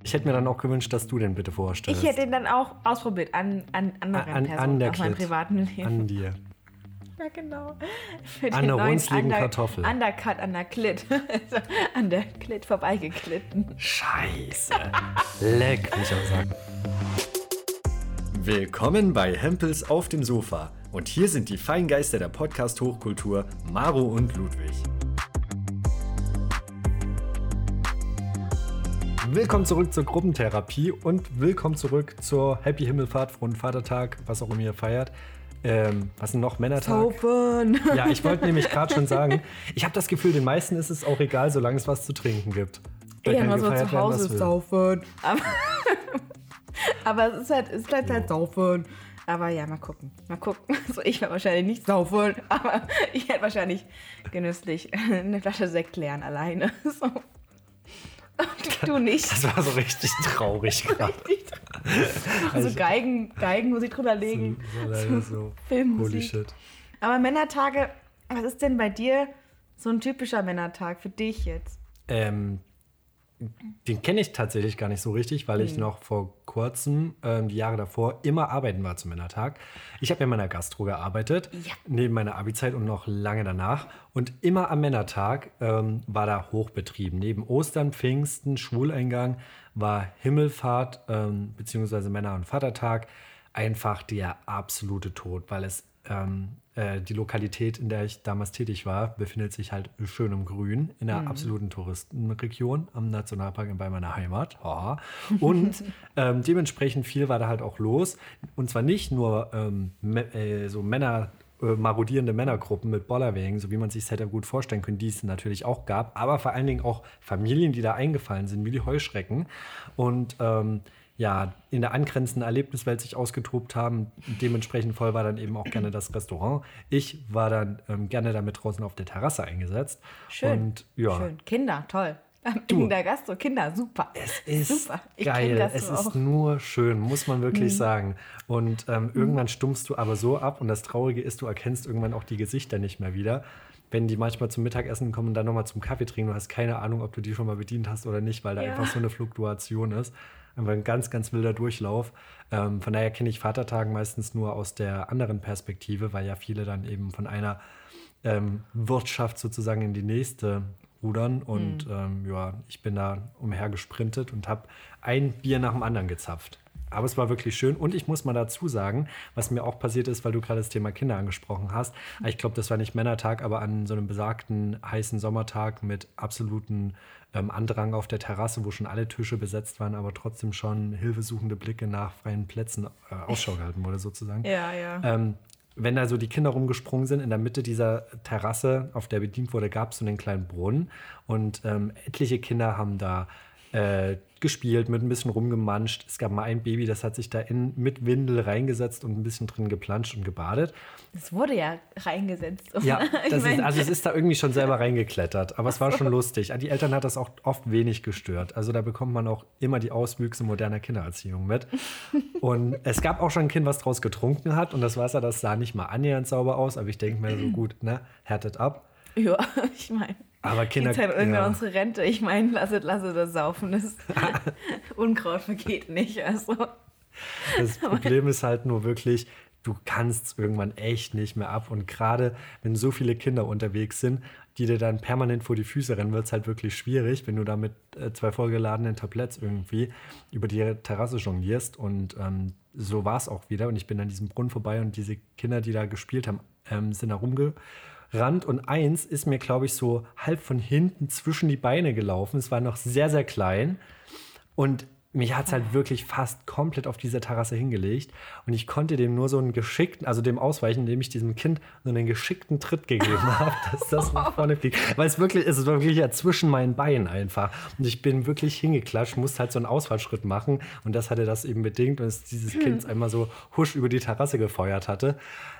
Ich hätte mir dann auch gewünscht, dass du den bitte vorstellst. Ich hätte den dann auch ausprobiert an anderen Personen aus meinem privaten Leben. An dir. Ja, genau. An der runzligen Kartoffel. Undercut an der Klit. An der Klit vorbeigeklitten. Scheiße. Leck, muss ich auch sagen. Willkommen bei Hempels auf dem Sofa. Und hier sind die Feingeister der Podcast-Hochkultur, Maro und Ludwig. Willkommen zurück zur Gruppentherapie und willkommen zurück zur Happy Himmelfahrt, Frohen Vatertag, was auch immer ihr feiert. Was denn noch? Männertag? Saufen. Ja, ich wollte nämlich gerade schon sagen, ich habe das Gefühl, den meisten ist es auch egal, solange es was zu trinken gibt. Ja, mal so zu Hause saufen. Aber es bleibt halt saufen. Aber ja, mal gucken. Also ich werde wahrscheinlich nicht saufen, aber ich hätte wahrscheinlich genüsslich eine Flasche Sekt leeren alleine. So. Du nicht. Das war so richtig traurig gerade. Also Geigenmusik drüber legen. So Filmmusik. Holy shit. Aber Männertage, was ist denn bei dir so ein typischer Männertag für dich jetzt? Den kenne ich tatsächlich gar nicht so richtig, weil ich noch vor kurzem, die Jahre davor, immer arbeiten war zum Männertag. Ich habe ja in meiner Gastro gearbeitet, neben meiner Abi-Zeit und noch lange danach. Und immer am Männertag war da Hochbetrieben. Neben Ostern, Pfingsten, Schwuleingang war Himmelfahrt beziehungsweise Männer- und Vatertag einfach der absolute Tod, weil es die Lokalität, in der ich damals tätig war, befindet sich halt schön im Grün, in einer absoluten Touristenregion am Nationalpark bei meiner Heimat. Ja. Und dementsprechend viel war da halt auch los. Und zwar nicht nur so marodierende Männergruppen mit Bollerwagen, so wie man sich es hätte gut vorstellen können, die es natürlich auch gab, aber vor allen Dingen auch Familien, die da eingefallen sind, wie die Heuschrecken. Und in der angrenzenden Erlebniswelt sich ausgetobt haben. Dementsprechend voll war dann eben auch gerne das Restaurant. Ich war dann gerne damit draußen auf der Terrasse eingesetzt. Schön, und, ja. Schön. Kinder, toll. In der Gastro, Kinder, super. Es ist super. geil, es ist nur schön, muss man wirklich sagen. Und irgendwann stummst du aber so ab und das Traurige ist, du erkennst irgendwann auch die Gesichter nicht mehr wieder. Wenn die manchmal zum Mittagessen kommen und dann nochmal zum Kaffee trinken, du hast keine Ahnung, ob du die schon mal bedient hast oder nicht, weil da einfach so eine Fluktuation ist. Einfach ein ganz, ganz wilder Durchlauf. Von daher kenne ich Vatertagen meistens nur aus der anderen Perspektive, weil ja viele dann eben von einer Wirtschaft sozusagen in die nächste rudern. Und ich bin da umhergesprintet und habe ein Bier nach dem anderen gezapft. Aber es war wirklich schön. Und ich muss mal dazu sagen, was mir auch passiert ist, weil du gerade das Thema Kinder angesprochen hast. Ich glaube, das war nicht Männertag, aber an so einem besagten heißen Sommertag mit absoluten Andrang auf der Terrasse, wo schon alle Tische besetzt waren, aber trotzdem schon hilfesuchende Blicke nach freien Plätzen Ausschau gehalten wurde sozusagen. Ja. Wenn da so die Kinder rumgesprungen sind, in der Mitte dieser Terrasse, auf der bedient wurde, gab es so einen kleinen Brunnen. Und etliche Kinder haben da gespielt, mit ein bisschen rumgemanscht. Es gab mal ein Baby, das hat sich da mit Windel reingesetzt und ein bisschen drin geplanscht und gebadet. Es wurde ja reingesetzt. Ja, es ist da irgendwie schon selber reingeklettert. Aber es war schon lustig. Die Eltern hat das auch oft wenig gestört. Also da bekommt man auch immer die Auswüchse moderner Kindererziehung mit. Und es gab auch schon ein Kind, was draus getrunken hat. Und das Wasser, das sah nicht mal annähernd sauber aus. Aber ich denke mir so, gut, härtet ab. Ja, ich meine. Aber Kinder, jetzt halt irgendwann unsere Rente. Ich meine, lasse das saufen. Das Unkraut vergeht nicht. Also. Das Problem ist halt nur wirklich, du kannst es irgendwann echt nicht mehr ab. Und gerade wenn so viele Kinder unterwegs sind, die dir dann permanent vor die Füße rennen, wird es halt wirklich schwierig, wenn du da mit 2 vollgeladenen Tabletts irgendwie über die Terrasse jonglierst. Und so war es auch wieder. Und ich bin an diesem Brunnen vorbei und diese Kinder, die da gespielt haben, sind da rumgerannt. Und eins ist mir, glaube ich, so halb von hinten zwischen die Beine gelaufen. Es war noch sehr, sehr klein. Und mich hat es halt wirklich fast komplett auf dieser Terrasse hingelegt. Und ich konnte dem nur so einen geschickten, also dem ausweichen, indem ich diesem Kind so einen geschickten Tritt gegeben habe, dass das nach vorne fliegt. Weil es war wirklich ja zwischen meinen Beinen einfach. Und ich bin wirklich hingeklatscht, musste halt so einen Ausfallschritt machen. Und das hatte das eben bedingt, dass dieses Kind einmal so husch über die Terrasse gefeuert hatte.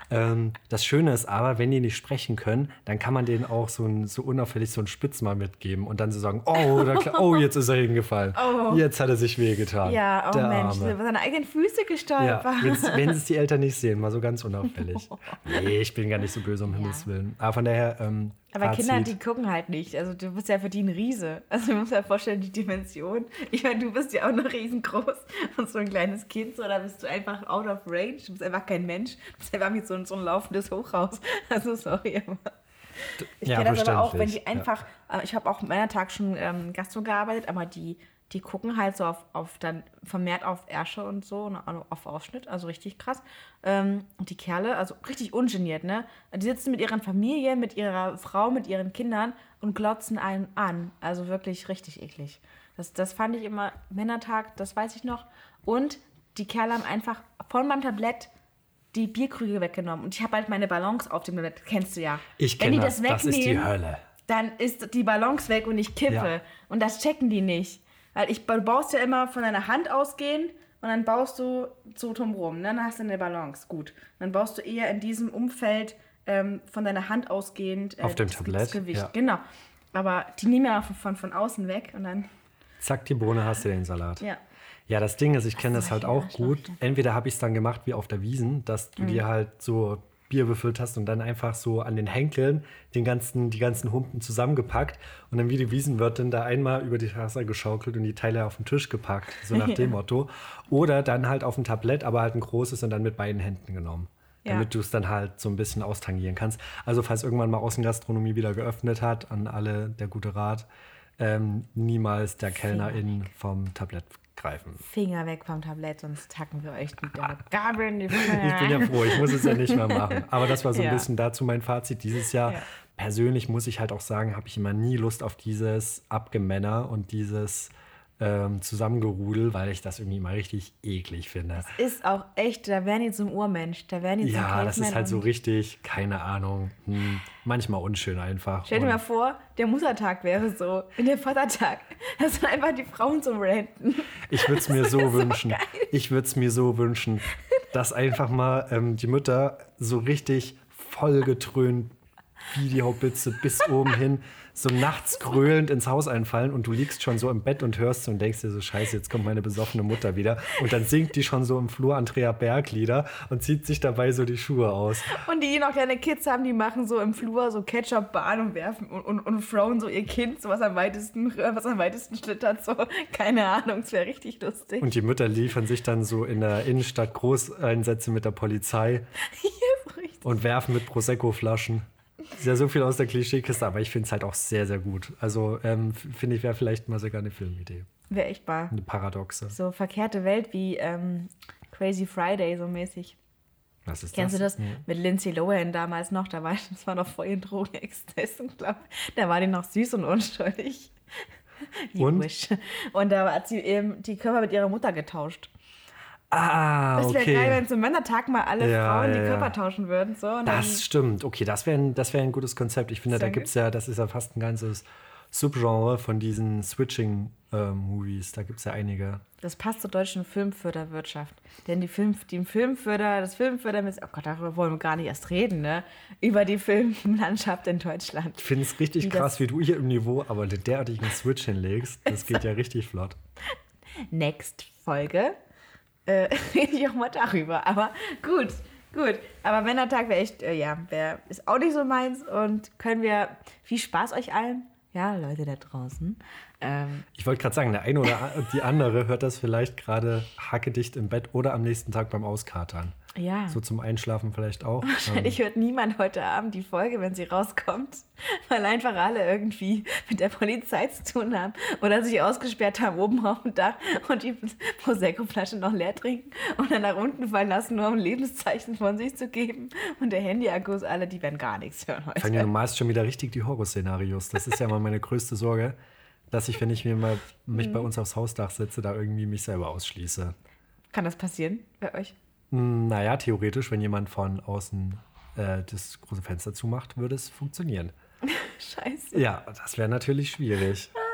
Das Schöne ist aber, wenn die nicht sprechen können, dann kann man denen auch so unauffällig so einen Spitznamen mitgeben und dann so sagen, oh, jetzt ist er hingefallen. Oh. Jetzt hat er sich wehgetan. Ja, oh der Mensch, Arme. über seine eigenen Füße gestolpert. Ja, wenn es die Eltern nicht sehen, mal so ganz unauffällig. Nee, ich bin gar nicht so böse, um Himmels Willen. Aber von daher, Aber Fazit. Kinder, die gucken halt nicht. Also du bist ja für die ein Riese. Also du musst dir vorstellen, die Dimension. Ich meine, du bist ja auch noch riesengroß und so ein kleines Kind. So, da bist du einfach out of range. Du bist einfach kein Mensch. Du bist einfach wie so ein laufendes Hochhaus. Also sorry, aber... Ich kenne das aber auch, wenn die einfach... Ich habe auch Männertag schon Gastro gearbeitet, aber die gucken halt so auf dann vermehrt auf Ärsche und so, ne, auf Ausschnitt, also richtig krass. Und die Kerle, also richtig ungeniert, ne? Die sitzen mit ihren Familien, mit ihrer Frau, mit ihren Kindern und glotzen einen an. Also wirklich richtig eklig. Das fand ich immer, Männertag, das weiß ich noch. Und die Kerle haben einfach von meinem Tablett die Bierkrüge weggenommen. Und ich habe halt meine Ballons auf dem Tablett, kennst du ja. Ich kenne das, das ist die Hölle. Dann ist die Ballons weg und ich kippe. Ja. Und das checken die nicht. Weil du baust ja immer von deiner Hand ausgehend und dann baust du so drumherum. Ne? Dann hast du eine Balance. Gut. Dann baust du eher in diesem Umfeld von deiner Hand ausgehend auf dem das Tablett. Gewicht. Ja. Genau. Aber die nehmen ja von außen weg und dann... Zack, die Bohne, hast du den Salat. Ja. Ja, das Ding ist, ich kenne das halt auch gut. Arschloch. Entweder habe ich es dann gemacht wie auf der Wiesn, dass du dir halt so Bier befüllt hast und dann einfach so an den Henkeln die ganzen Humpen zusammengepackt und dann wie die Wiesenwirtin da einmal über die Tasse geschaukelt und die Teile auf den Tisch gepackt, so nach dem Motto. Oder dann halt auf ein Tablett, aber halt ein großes und dann mit beiden Händen genommen. Ja. Damit du es dann halt so ein bisschen austangieren kannst. Also falls irgendwann mal Außengastronomie wieder geöffnet hat, an alle der gute Rat, niemals der Kellnerin vom Tablett greifen. Finger weg vom Tablett, sonst tacken wir euch mit der Gabel in die Finger. Ich bin ja froh, ich muss es ja nicht mehr machen. Aber das war so ein Ja. bisschen dazu mein Fazit dieses Jahr. Ja. Persönlich muss ich halt auch sagen, habe ich immer nie Lust auf dieses Abgemänner und dieses Zusammengerudel, weil ich das irgendwie mal richtig eklig finde. Ist auch echt, da werden die zum Urmensch. Da werden die zum Ja, das ist Caveman halt so und- richtig, keine Ahnung, manchmal unschön einfach. Stell dir Und mal vor, der Muttertag wäre so, in der Vatertag. Das sind einfach die Frauen zum Ranten. ich würde es mir so wünschen. Ich würde es mir so wünschen, dass einfach mal die Mütter so richtig vollgetrönt wie die Haubitze bis oben hin so nachts gröhlend ins Haus einfallen und du liegst schon so im Bett und hörst und denkst dir so, scheiße, jetzt kommt meine besoffene Mutter wieder. Und dann singt die schon so im Flur Andrea Berg-Lieder und zieht sich dabei so die Schuhe aus. Und die noch kleine Kids haben, die machen so im Flur so Ketchup-Bahn und werfen und throwen so ihr Kind, so was am weitesten schlittert. So, keine Ahnung, es wäre richtig lustig. Und die Mütter liefern sich dann so in der Innenstadt Großeinsätze mit der Polizei So richtig. und werfen mit Prosecco-Flaschen. Ist ja so viel aus der Klischeekiste, aber ich finde es halt auch sehr, sehr gut. Also finde ich, wäre vielleicht mal sogar eine Filmidee. Wäre echt mal Eine Paradoxe. so verkehrte Welt wie Crazy Friday so mäßig. Was ist Kennst du das? Ja. Mit Lindsay Lohan damals noch, das war noch vor ihren Drogenexzessen, glaube ich. Da war die noch süß und unschuldig. You Und? wish. Und da hat sie eben die Körper mit ihrer Mutter getauscht. Ah, Das wäre okay. geil, wenn zum Männertag mal alle Ja, Frauen die ja, ja. Körper tauschen würden. So, und dann, Das stimmt. Okay, das wär ein gutes Konzept. Ich finde, da Sehr gibt es ja, das ist ja fast ein ganzes Subgenre von diesen Switching-Movies. Da gibt es ja einige. das passt zur deutschen Filmförderwirtschaft. Denn das Filmfördermittel, oh Gott, darüber wollen wir gar nicht erst reden, ne? Über die Filmlandschaft in Deutschland. Ich finde es richtig Wie krass, das- wie du hier im Niveau aber den derartigen Switch hinlegst. Das geht ja richtig flott. Next Folge rede ich auch mal darüber. Aber gut. Aber Männertag wäre echt, ist auch nicht so meins. Und können wir viel Spaß euch allen. Ja, Leute da draußen. Ich wollte gerade sagen, der eine oder die andere hört das vielleicht gerade hackedicht im Bett oder am nächsten Tag beim Auskatern. Ja. So zum Einschlafen vielleicht auch. Wahrscheinlich hört niemand heute Abend die Folge, wenn sie rauskommt, weil einfach alle irgendwie mit der Polizei zu tun haben oder sich ausgesperrt haben oben auf dem Dach und die Prosecco-Flasche noch leer trinken und dann nach unten fallen lassen, nur um Lebenszeichen von sich zu geben. Und der Handy-Akkus, alle, die werden gar nichts hören heute. Fangen ja normalerweise schon wieder richtig die Horrorszenarios. Das ist ja mal meine größte Sorge, dass ich, wenn ich mich bei uns aufs Hausdach setze, da irgendwie mich selber ausschließe. Kann das passieren bei euch? Naja, theoretisch, wenn jemand von außen das große Fenster zumacht, würde es funktionieren. Scheiße. Ja, das wäre natürlich schwierig.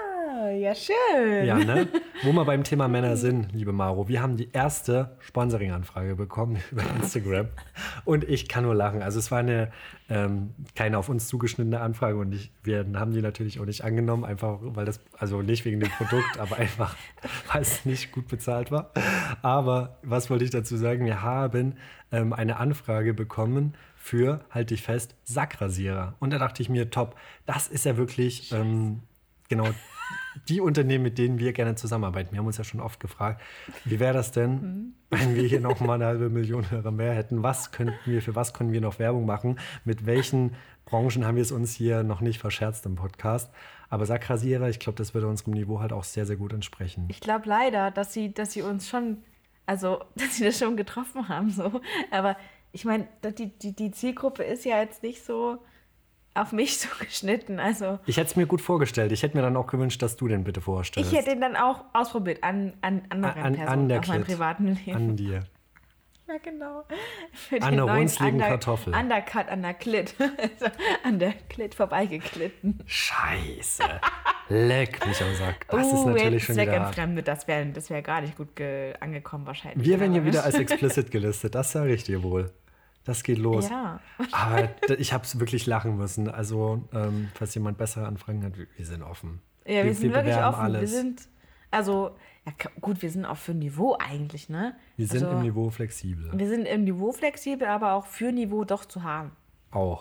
ja, schön. Ja, ne? Wo wir beim Thema Männer sind, liebe Maro, wir haben die erste Sponsoring-Anfrage bekommen über Instagram und ich kann nur lachen. Also es war keine auf uns zugeschnittene Anfrage und wir haben die natürlich auch nicht angenommen, einfach weil das, also nicht wegen dem Produkt, aber einfach, weil es nicht gut bezahlt war. Aber was wollte ich dazu sagen? Wir haben eine Anfrage bekommen für, halt dich fest, Sackrasierer. Und da dachte ich mir, top, das ist ja wirklich genau die Unternehmen, mit denen wir gerne zusammenarbeiten. Wir haben uns ja schon oft gefragt, wie wäre das denn, wenn wir hier noch mal 500.000 Hörer mehr hätten? Für was können wir noch Werbung machen? Mit welchen Branchen haben wir es uns hier noch nicht verscherzt im Podcast? Aber Sackrasierer, ich glaube, das würde unserem Niveau halt auch sehr, sehr gut entsprechen. Ich glaube leider, dass sie uns schon, also, dass sie das schon getroffen haben, so. Aber ich meine, die Zielgruppe ist ja jetzt nicht so auf mich so geschnitten. Also ich hätte es mir gut vorgestellt. Ich hätte mir dann auch gewünscht, dass du den bitte vorstellst. Ich hätte ihn dann auch ausprobiert an anderen Personen aus meinem privaten Leben. An dir. Ja, genau. An der runzligen Kartoffel. Undercut an der Klit. Also an der Klit vorbeigeklitten. Scheiße. Leck mich am Sack. Das ist natürlich schon wieder hart. Das wär gar nicht gut angekommen wahrscheinlich. Wir werden hier wieder als explicit gelistet. Das sage ich dir wohl. Das geht los. Ja. Aber ich habe es wirklich lachen müssen. Also, falls jemand bessere Anfragen hat, wir sind offen. Ja, wir sind wirklich offen. Alles. Wir sind, also, ja, gut, wir sind auch für Niveau eigentlich, ne? Wir sind im Niveau flexibel. Wir sind im Niveau flexibel, aber auch für Niveau doch zu haben. Auch.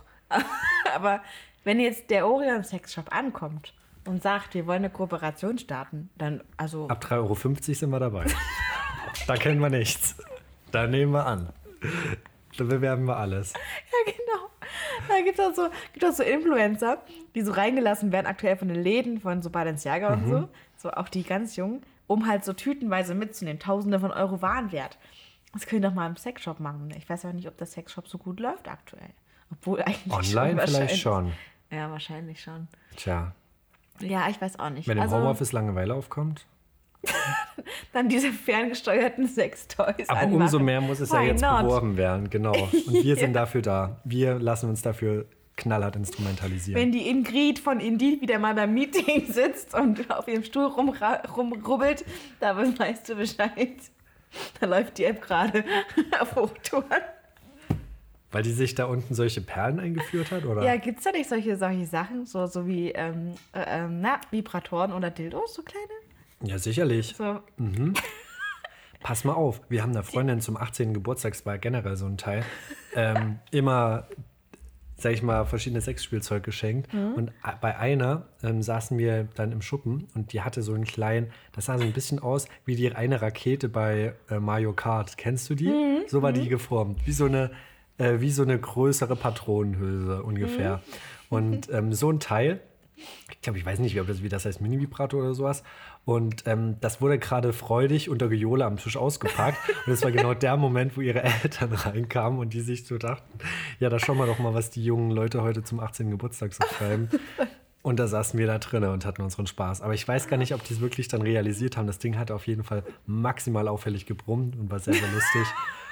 Aber wenn jetzt der Orion Sexshop ankommt und sagt, wir wollen eine Kooperation starten, dann, also... Ab 3,50 Euro sind wir dabei. Da kennen wir nichts. Da nehmen wir an. Da bewerben wir alles. Ja, genau. Da gibt es auch so Influencer, die so reingelassen werden, aktuell von den Läden, von so Balenciaga und so. So auch die ganz Jungen, um halt so tütenweise mitzunehmen. Tausende von Euro Warenwert. Das können wir doch mal im Sexshop machen. Ich weiß aber nicht, ob der Sexshop so gut läuft aktuell. Obwohl eigentlich online vielleicht schon. Ja, wahrscheinlich schon. Tja. Ja, ich weiß auch nicht. Wenn im Homeoffice Langeweile aufkommt? Dann diese ferngesteuerten Sextoys aber anmachen. Umso mehr muss es ja jetzt beworben werden, genau. Und wir sind dafür da. Wir lassen uns dafür knallhart instrumentalisieren. Wenn die Ingrid von Indeed wieder mal beim Meeting sitzt und auf ihrem Stuhl rumrubbelt, da weißt du Bescheid. Da läuft die App gerade auf Hochtouren. Weil die sich da unten solche Perlen eingeführt hat, oder? Ja, gibt's da nicht solche Sachen? So wie Vibratoren oder Dildos, so kleine? Ja, sicherlich. So. Pass mal auf, wir haben einer Freundin zum 18. Geburtstag, war generell so ein Teil, immer, sag ich mal, verschiedenes Sexspielzeug geschenkt. Und bei einer saßen wir dann im Schuppen und die hatte so einen kleinen, das sah so ein bisschen aus wie die eine Rakete bei Mario Kart. Kennst du die? So war die geformt, wie so eine größere Patronenhülse ungefähr. Und so ein Teil, ich weiß nicht, wie das heißt, Mini-Vibrator oder sowas. Und das wurde gerade freudig unter Gejohle am Tisch ausgepackt. Und das war genau der Moment, wo ihre Eltern reinkamen und die sich so dachten, ja, da schauen wir doch mal, was die jungen Leute heute zum 18. Geburtstag so treiben. Und da saßen wir da drinnen und hatten unseren Spaß. Aber ich weiß gar nicht, ob die es wirklich dann realisiert haben. Das Ding hat auf jeden Fall maximal auffällig gebrummt und war sehr, sehr lustig.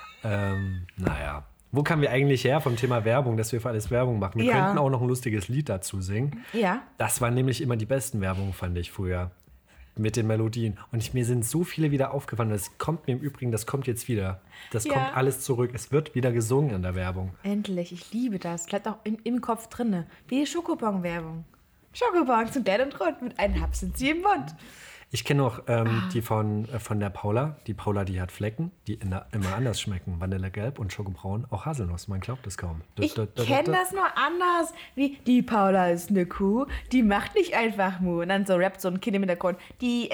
Naja. Wo kamen wir eigentlich her vom Thema Werbung, dass wir für alles Werbung machen? Wir könnten auch noch ein lustiges Lied dazu singen. Ja. Das waren nämlich immer die besten Werbungen, fand ich früher. Mit den Melodien. Und mir sind so viele wieder aufgefallen. Das kommt mir im Übrigen, das kommt jetzt wieder. Das kommt alles zurück. Es wird wieder gesungen in der Werbung. Endlich, ich liebe das. Bleibt auch im Kopf drin. Wie die Schokobon-Werbung. Schokobons sind der und rund. Mit einem Haps sind sie im Mund. Ich kenne noch die von der Paula. Die Paula, die hat Flecken, die immer anders schmecken. Vanillegelb und Schokobraun, auch Haselnuss. Man glaubt es kaum. Ich kenne das nur anders. Wie, die Paula ist eine Kuh, die macht nicht einfach Mu. Und dann so rappt so ein Kind im Hintergrund. Die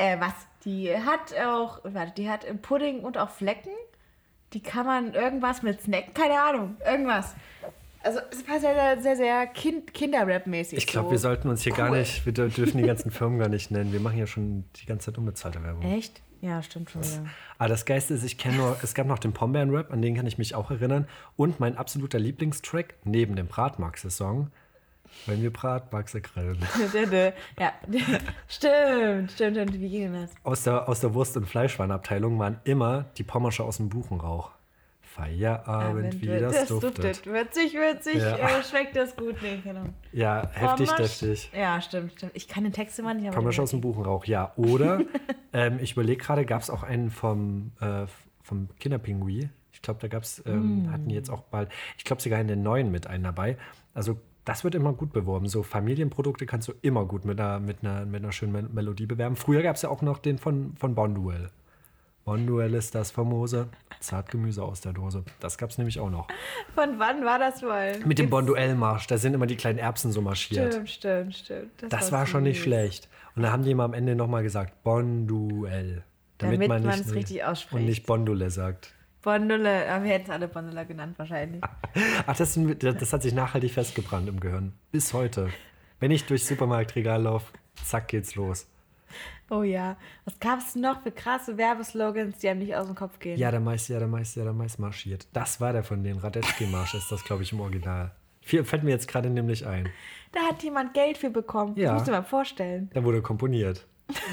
hat Pudding und auch Flecken. Die kann man irgendwas mit snacken. Keine Ahnung, irgendwas. Also es war sehr, sehr, sehr Kinderrap-mäßig. Ich glaube, wir sollten uns hier gar nicht, wir dürfen die ganzen Firmen gar nicht nennen. Wir machen ja schon die ganze Zeit unbezahlte Werbung. Echt? Ja, stimmt schon wieder. Aber das Geiste ist, es gab noch den Pombeeren-Rap, an den kann ich mich auch erinnern. Und mein absoluter Lieblingstrack, neben dem Bratmaxe-Song, wenn wir Bratmaxe grillen. Ja, stimmt. Wie ging das? Aus der Wurst- und Fleischwarenabteilung waren immer die Pommersche aus dem Buchenrauch. Feierabend, wie das duftet. Würzig, schmeckt das gut. Nee, genau. Ja, heftig, deftig. Ja, stimmt. Ich kann den Text immer nicht. Pommersch aus dem Buchenrauch, ja. Oder, ich überlege gerade, gab es auch einen vom Kinderpingui. Ich glaube, da gab es, hatten die jetzt auch bald, ich glaube sogar in den neuen mit einen dabei. Also das wird immer gut beworben. So Familienprodukte kannst du immer gut mit einer schönen Melodie bewerben. Früher gab es ja auch noch den von Bonduelle. Bonduelle ist das famose Zartgemüse aus der Dose. Das gab es nämlich auch noch. Von wann war das wohl? Mit dem Bonduelle-Marsch. Da sind immer die kleinen Erbsen so marschiert. Stimmt. Das war schon nicht schlecht. Und da haben die immer am Ende nochmal gesagt, Bonduelle. Damit man es richtig ausspricht. Und nicht Bonduelle sagt. Bonduelle, aber wir hätten es alle Bonduelle genannt wahrscheinlich. Ach, das hat sich nachhaltig festgebrannt im Gehirn. Bis heute. Wenn ich durchs Supermarktregal laufe, zack, geht's los. Oh ja. Was gab es noch für krasse Werbeslogans, die einem nicht aus dem Kopf gehen? Ja, der Mais marschiert. Das war der von den Radetzky-Marsch, ist das, glaube ich, im Original. Fällt mir jetzt gerade nämlich ein. Da hat jemand Geld für bekommen. Ja. Das musst du dir mal vorstellen. Da wurde komponiert.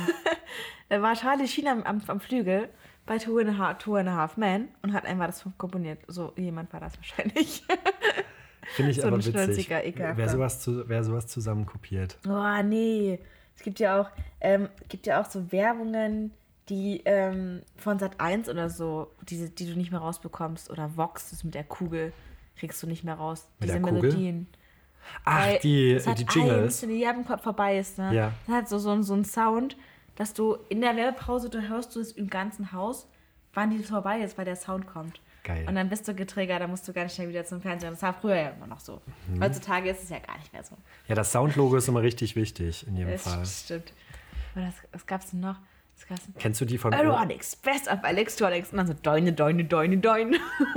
Da war Charlie Sheen am Flügel bei Two and a Half Men und hat einmal das komponiert. So jemand war das wahrscheinlich. Finde ich so aber ein witzig. Ekelhafter. Wer sowas zusammen kopiert. Oh, nee. Es gibt ja auch so Werbungen, die von Sat.1 oder so, die du nicht mehr rausbekommst. Oder Vox, das mit der Kugel, kriegst du nicht mehr raus. Mit diese der Kugel? Melodien. Ach, die Jingles. Wenn die Werbung vorbei ist, ne? Ja. Das hat so ein Sound, dass du in der Werbepause, du hörst es im ganzen Haus, wann die vorbei ist, weil der Sound kommt. Geil. Und dann bist du getriggert, dann musst du ganz schnell wieder zum Fernsehen. Das war früher ja immer noch so. Heutzutage ist es ja gar nicht mehr so. Ja, das Soundlogo ist immer richtig wichtig in jedem Fall. Das stimmt. Und was gab's denn noch? Kennst du die von... Aeronix, Best of Electronics. Und dann so Deune.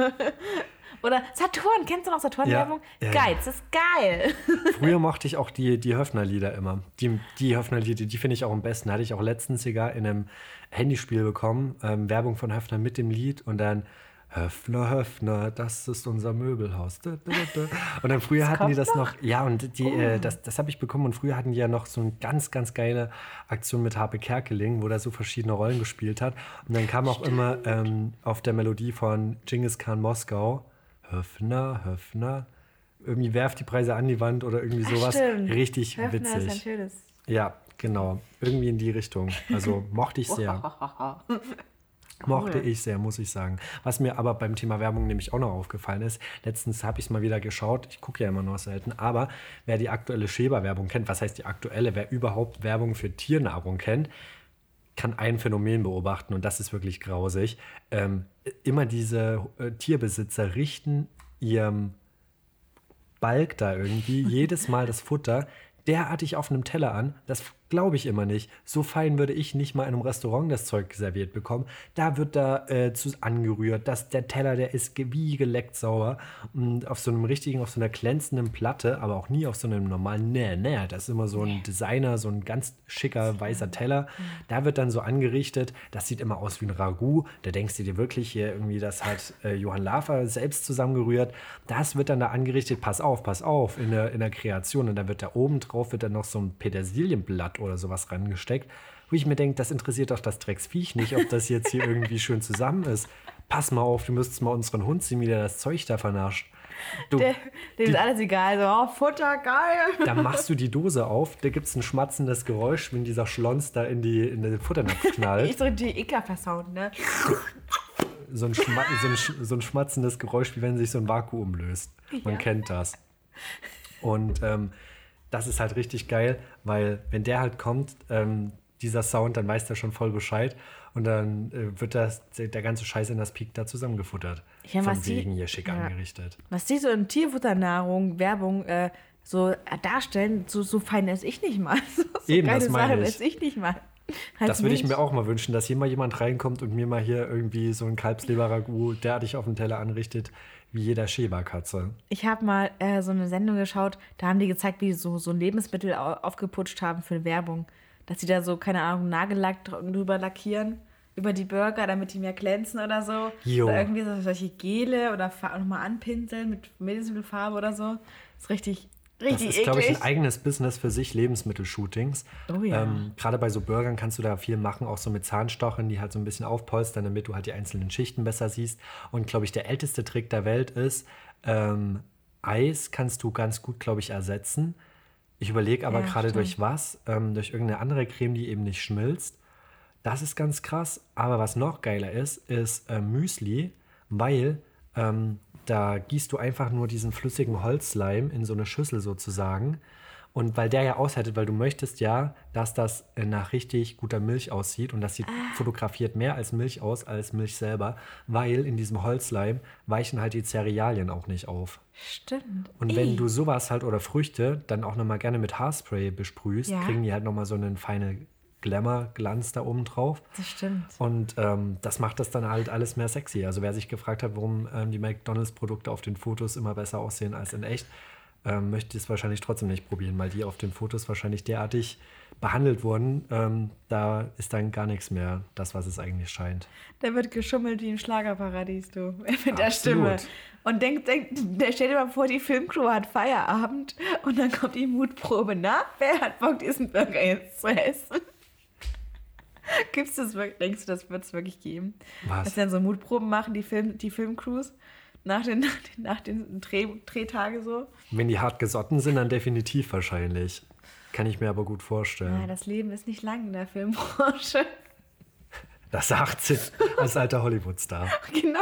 Oder Saturn, kennst du noch Saturn-Werbung? Ja. Geiz, das ist geil. Früher mochte ich auch die Höfner-Lieder immer. Die Höfner-Lieder, die finde ich auch am besten. Hatte ich auch letztens sogar in einem Handyspiel bekommen. Werbung von Höfner mit dem Lied und dann Höfner, das ist unser Möbelhaus. Und dann früher hatten die das noch, ja, und das habe ich bekommen. Und früher hatten die ja noch so eine ganz, ganz geile Aktion mit Harpe Kerkeling, wo der so verschiedene Rollen gespielt hat. Und dann kam auch immer auf der Melodie von Genghis Khan Moskau, Höfner, irgendwie werft die Preise an die Wand oder irgendwie sowas. Stimmt. Richtig Höfner witzig. ist ein schönes. Ja, genau. Irgendwie in die Richtung. Also mochte ich sehr. Mochte ich sehr, muss ich sagen. Was mir aber beim Thema Werbung nämlich auch noch aufgefallen ist, letztens habe ich es mal wieder geschaut, ich gucke ja immer noch selten, aber wer die aktuelle Schäber-Werbung kennt, was heißt die aktuelle, wer überhaupt Werbung für Tiernahrung kennt, kann ein Phänomen beobachten und das ist wirklich grausig. Immer diese Tierbesitzer richten ihrem Balk da irgendwie jedes Mal das Futter derartig auf einem Teller an, das glaube ich immer nicht. So fein würde ich nicht mal in einem Restaurant das Zeug serviert bekommen. Da wird da angerührt, dass der Teller, der ist wie geleckt sauber und auf so einer glänzenden Platte, aber auch nie auf so einem normalen, das ist immer so ein Designer, so ein ganz schicker weißer Teller. Da wird dann so angerichtet, das sieht immer aus wie ein Ragout. Da denkst du dir wirklich hier irgendwie, das hat Johann Lafer selbst zusammengerührt. Das wird dann da angerichtet, pass auf, in der Kreation. Und dann wird da oben drauf wird dann noch so ein Petersilienblatt oder sowas rangesteckt, wo ich mir denke, das interessiert doch das Drecksviech nicht, ob das jetzt hier irgendwie schön zusammen ist. Pass mal auf, du müsstest mal unseren Hund sehen, wie der das Zeug da vernascht. Dem ist alles egal, so, Futter, geil. Da machst du die Dose auf, da gibt es ein schmatzendes Geräusch, wenn dieser Schlons da in den Futternapf knallt. Ich so die Ika-Versound, ne? So ein schmatzendes Geräusch, wie wenn sich so ein Vakuum löst. Man kennt das. Und das ist halt richtig geil, weil wenn der halt kommt, dieser Sound, dann weiß der schon voll Bescheid und dann wird der ganze Scheiß in das Peak da zusammengefuttert. Ja, von wegen hier schick angerichtet. Was die so in Tierfutternahrung, Werbung so darstellen, so fein esse ich nicht mal. So eben, das meine ich. Esse ich nicht mal. Das würde ich mir auch mal wünschen, dass hier mal jemand reinkommt und mir mal hier irgendwie so ein Kalbsleber-Ragout derartig auf dem Teller anrichtet, wie jeder Schäberkatze. Ich habe mal so eine Sendung geschaut, da haben die gezeigt, wie die so Lebensmittel aufgeputscht haben für Werbung. Dass sie da so, keine Ahnung, Nagellack drüber lackieren, über die Burger, damit die mehr glänzen oder so. Jo. Oder irgendwie solche Gele oder nochmal anpinseln mit Lebensmittelfarbe oder so. Das ist richtig Richtig das ist, glaube ich, eklig. ein eigenes Business für sich, Lebensmittelshootings. Oh ja. Gerade bei so Burgern kannst du da viel machen, auch so mit Zahnstochern, die halt so ein bisschen aufpolstern, damit du halt die einzelnen Schichten besser siehst. Und, glaube ich, der älteste Trick der Welt ist, Eis kannst du ganz gut, glaube ich, ersetzen. Ich überlege aber Ja, gerade stimmt. durch was, durch irgendeine andere Creme, die eben nicht schmilzt. Das ist ganz krass. Aber was noch geiler ist Müsli, weil da gießt du einfach nur diesen flüssigen Holzleim in so eine Schüssel sozusagen. Und weil der ja aushärtet, weil du möchtest ja, dass das nach richtig guter Milch aussieht und das sieht fotografiert mehr als Milch aus als Milch selber, weil in diesem Holzleim weichen halt die Cerealien auch nicht auf. Stimmt. Und wenn du sowas halt oder Früchte dann auch nochmal gerne mit Haarspray besprühst, Ja. kriegen die halt nochmal so einen feinen Glamour-Glanz da oben drauf. Das stimmt. Und das macht das dann halt alles mehr sexy. Also wer sich gefragt hat, warum die McDonalds-Produkte auf den Fotos immer besser aussehen als in echt, möchte es wahrscheinlich trotzdem nicht probieren, weil die auf den Fotos wahrscheinlich derartig behandelt wurden. Da ist dann gar nichts mehr das, was es eigentlich scheint. Da wird geschummelt wie im Schlagerparadies, du. Mit der Absolut. Stimme. Und der stell dir mal vor, die Filmcrew hat Feierabend und dann kommt die Mutprobe. Na, wer hat Bock, diesen Burger jetzt zu essen? Gibt's das wirklich? Denkst du, das wird es wirklich geben? Was? Dass sie dann so Mutproben machen, die Filmcrews, nach den Drehtagen so? Wenn die hart gesotten sind, dann definitiv wahrscheinlich. Kann ich mir aber gut vorstellen. Ja, das Leben ist nicht lang in der Filmbranche. Das sagt sie als alter Hollywood-Star. Genau.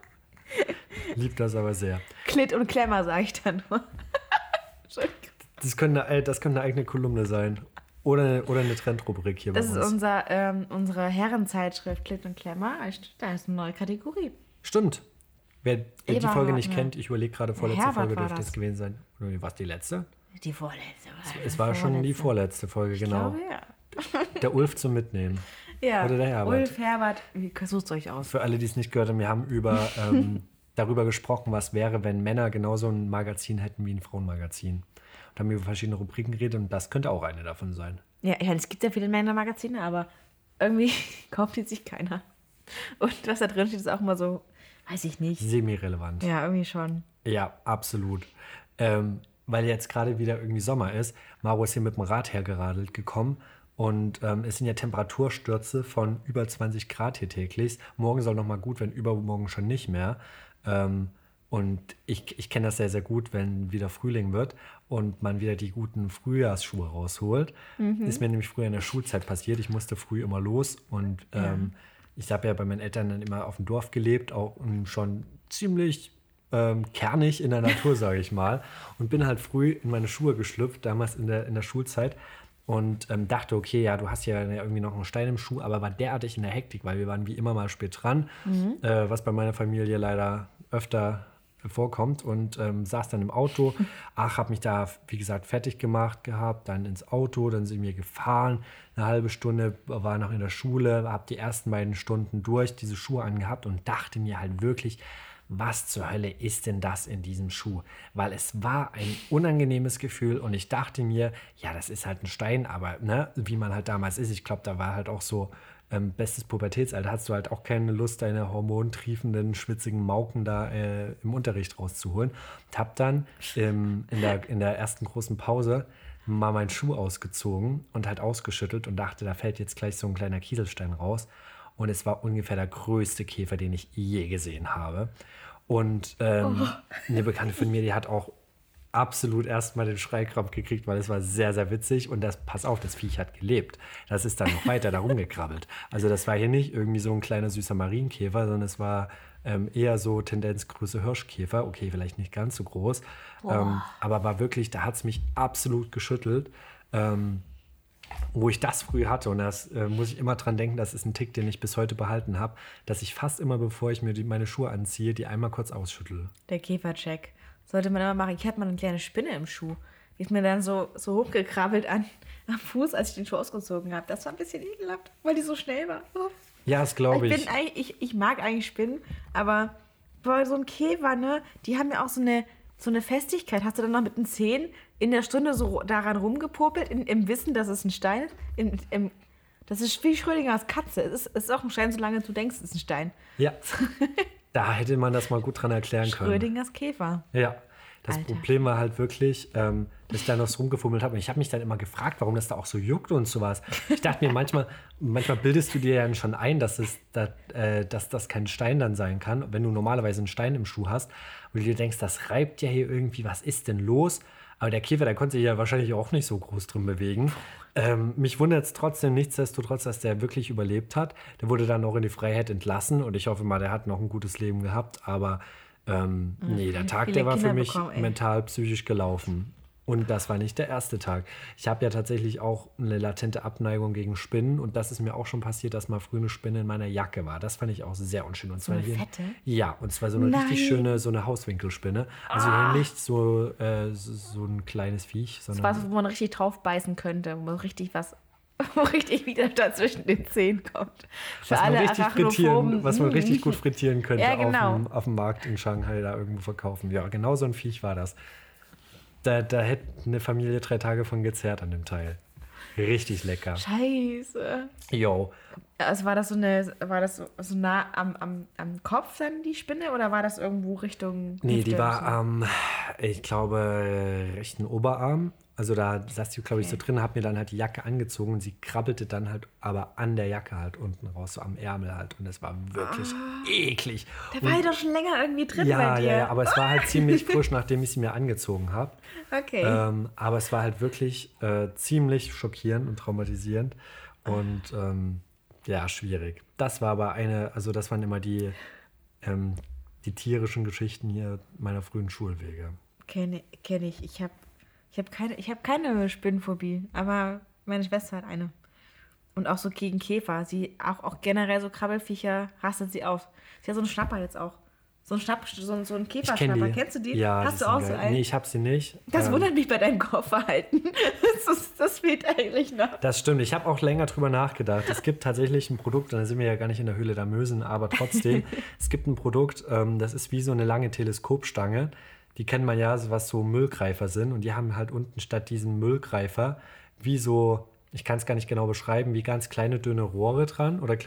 Liebt das aber sehr. Klit und Klemmer, sage ich dann nur. Entschuldigung. Das könnte eine eigene Kolumne sein. Oder eine Trendrubrik hier Das bei ist uns. unsere Herrenzeitschrift Klit und Klemmer. Da ist eine neue Kategorie. Stimmt. Wer die Eberhard, Folge nicht ne? kennt, ich überlege gerade, vorletzte Herbert Folge war dürfte das. es gewesen sein. Oder was, die letzte? Die vorletzte. Es war schon die vorletzte Folge, Ich genau. glaube, ja. Der Ulf zum Mitnehmen. Ja, Oder der Herbert. Ulf, Herbert, sucht euch aus. Für alle, die es nicht gehört haben, wir haben darüber gesprochen, was wäre, wenn Männer genauso ein Magazin hätten wie ein Frauenmagazin. Und haben über verschiedene Rubriken geredet und das könnte auch eine davon sein. Ja, es gibt ja viele Männermagazine, aber irgendwie kauft die sich keiner. Und was da drin steht, ist auch immer so, weiß ich nicht. Semi-relevant. Ja, irgendwie schon. Ja, absolut. Weil jetzt gerade wieder irgendwie Sommer ist. Maro ist hier mit dem Rad hergeradelt gekommen und es sind ja Temperaturstürze von über 20 Grad hier täglich. Morgen soll noch mal gut, wenn übermorgen schon nicht mehr. Und ich kenne das sehr, sehr gut, wenn wieder Frühling wird und man wieder die guten Frühjahrsschuhe rausholt. Ist mir nämlich früher in der Schulzeit passiert. Ich musste früh immer los und ich habe ja bei meinen Eltern dann immer auf dem Dorf gelebt, auch schon ziemlich kernig in der Natur, sage ich mal. Und bin halt früh in meine Schuhe geschlüpft, damals in der Schulzeit. Und dachte, okay, ja, du hast ja irgendwie noch einen Stein im Schuh, aber war derartig in der Hektik, weil wir waren wie immer mal spät dran, was bei meiner Familie leider öfter vorkommt. Und saß dann im Auto, habe mich da, wie gesagt, fertig gemacht gehabt, dann ins Auto, dann sind wir gefahren, eine halbe Stunde, war noch in der Schule, habe die ersten beiden Stunden durch, diese Schuhe angehabt und dachte mir halt wirklich, was zur Hölle ist denn das in diesem Schuh? Weil es war ein unangenehmes Gefühl und ich dachte mir, ja, das ist halt ein Stein, aber ne, wie man halt damals ist, ich glaube, da war halt auch so bestes Pubertätsalter, hast du halt auch keine Lust, deine hormontriefenden, schwitzigen Mauken da im Unterricht rauszuholen. Und habe dann in der ersten großen Pause mal meinen Schuh ausgezogen und halt ausgeschüttelt und dachte, da fällt jetzt gleich so ein kleiner Kieselstein raus. Und es war ungefähr der größte Käfer, den ich je gesehen habe. Und eine Bekannte von mir, die hat auch absolut erstmal den Schreikrampf gekriegt, weil es war sehr, sehr witzig. Und pass auf, das Viech hat gelebt. Das ist dann noch weiter da rumgekrabbelt. Also das war hier nicht irgendwie so ein kleiner süßer Marienkäfer, sondern es war eher so Tendenzgröße Hirschkäfer. Okay, vielleicht nicht ganz so groß. Aber war wirklich, da hat es mich absolut geschüttelt. Wo ich das früh hatte, und das muss ich immer dran denken, das ist ein Tick, den ich bis heute behalten habe, dass ich fast immer, bevor ich mir meine Schuhe anziehe, die einmal kurz ausschüttel. Der Käfercheck. Sollte man immer machen. Ich hatte mal eine kleine Spinne im Schuh. Die ist mir dann so hochgekrabbelt am Fuß, als ich den Schuh ausgezogen habe. Das war ein bisschen ekelhaft, weil die so schnell war. Oh. Ja, das glaube ich. Ich mag eigentlich Spinnen, aber bei so einem Käfer, ne, die haben ja auch so eine Festigkeit. Hast du dann noch mit den Zähnen in der Stunde so daran rumgepopelt, im Wissen, dass es ein Stein ist? Das ist wie Schrödingers Katze. Es ist auch ein Stein, solange du denkst, es ist ein Stein. Ja, da hätte man das mal gut dran erklären können. Schrödingers Käfer. Ja, das Alter. Problem war halt wirklich, dass ich da noch so rumgefummelt habe. Und ich habe mich dann immer gefragt, warum das da auch so juckt und sowas. Ich dachte mir, manchmal bildest du dir ja schon ein, dass das kein Stein dann sein kann, wenn du normalerweise einen Stein im Schuh hast. Und du dir denkst, das reibt ja hier irgendwie, was ist denn los? Aber der Käfer, der konnte sich ja wahrscheinlich auch nicht so groß drin bewegen. Mich wundert es trotzdem nichtsdestotrotz, dass der wirklich überlebt hat. Der wurde dann auch in die Freiheit entlassen und ich hoffe mal, der hat noch ein gutes Leben gehabt. Aber nee, der Tag, der war für mich mental, psychisch gelaufen. Und das war nicht der erste Tag. Ich habe ja tatsächlich auch eine latente Abneigung gegen Spinnen. Und das ist mir auch schon passiert, dass mal früh eine Spinne in meiner Jacke war. Das fand ich auch sehr unschön. Und so eine fette? Ja, und zwar so eine richtig schöne, so eine Hauswinkelspinne. Also nicht so ein kleines Viech. Das war so, wo man richtig drauf beißen könnte. Wo richtig wieder dazwischen den Zähnen kommt. Was man richtig gut frittieren könnte, ja, genau. auf dem Markt in Shanghai da irgendwo verkaufen. Ja, genau so ein Viech war das. Da hätte eine Familie 3 Tage von gezerrt an dem Teil. Richtig lecker. Scheiße. Jo. Also war das so nah am Kopf dann, die Spinne? Oder war das irgendwo Richtung Nee, Hüfte die war ich glaube, rechten Oberarm. Also da saß die, glaube ich, so drin, hab mir dann halt die Jacke angezogen und sie krabbelte dann halt aber an der Jacke halt unten raus, so am Ärmel halt. Und es war wirklich eklig. Der war ja doch schon länger irgendwie drin bei dir. Ja, aber es war halt ziemlich frisch, nachdem ich sie mir angezogen habe. Okay. Aber es war halt wirklich ziemlich schockierend und traumatisierend und schwierig. Das war aber das waren immer die tierischen Geschichten hier meiner frühen Schulwege. Kenn ich. Ich hab keine Spinnenphobie, aber meine Schwester hat eine. Und auch so gegen Käfer. Sie auch generell so Krabbelfiecher rastet sie aus. Sie hat so einen Schnapper jetzt auch. So ein Käferschnapper. Kennst du die? Ja, hast du auch so einen? Nee, ich hab sie nicht. Das wundert mich bei deinem Kochverhalten. Das fehlt eigentlich noch. Das stimmt. Ich habe auch länger drüber nachgedacht. Es gibt tatsächlich ein Produkt, da sind wir ja gar nicht in der Höhle der Mösen, aber trotzdem, es gibt ein Produkt, das ist wie so eine lange Teleskopstange. Die kennt man ja, was so Müllgreifer sind. Und die haben halt unten statt diesem Müllgreifer wie so, ich kann es gar nicht genau beschreiben, wie ganz kleine, dünne Rohre dran oder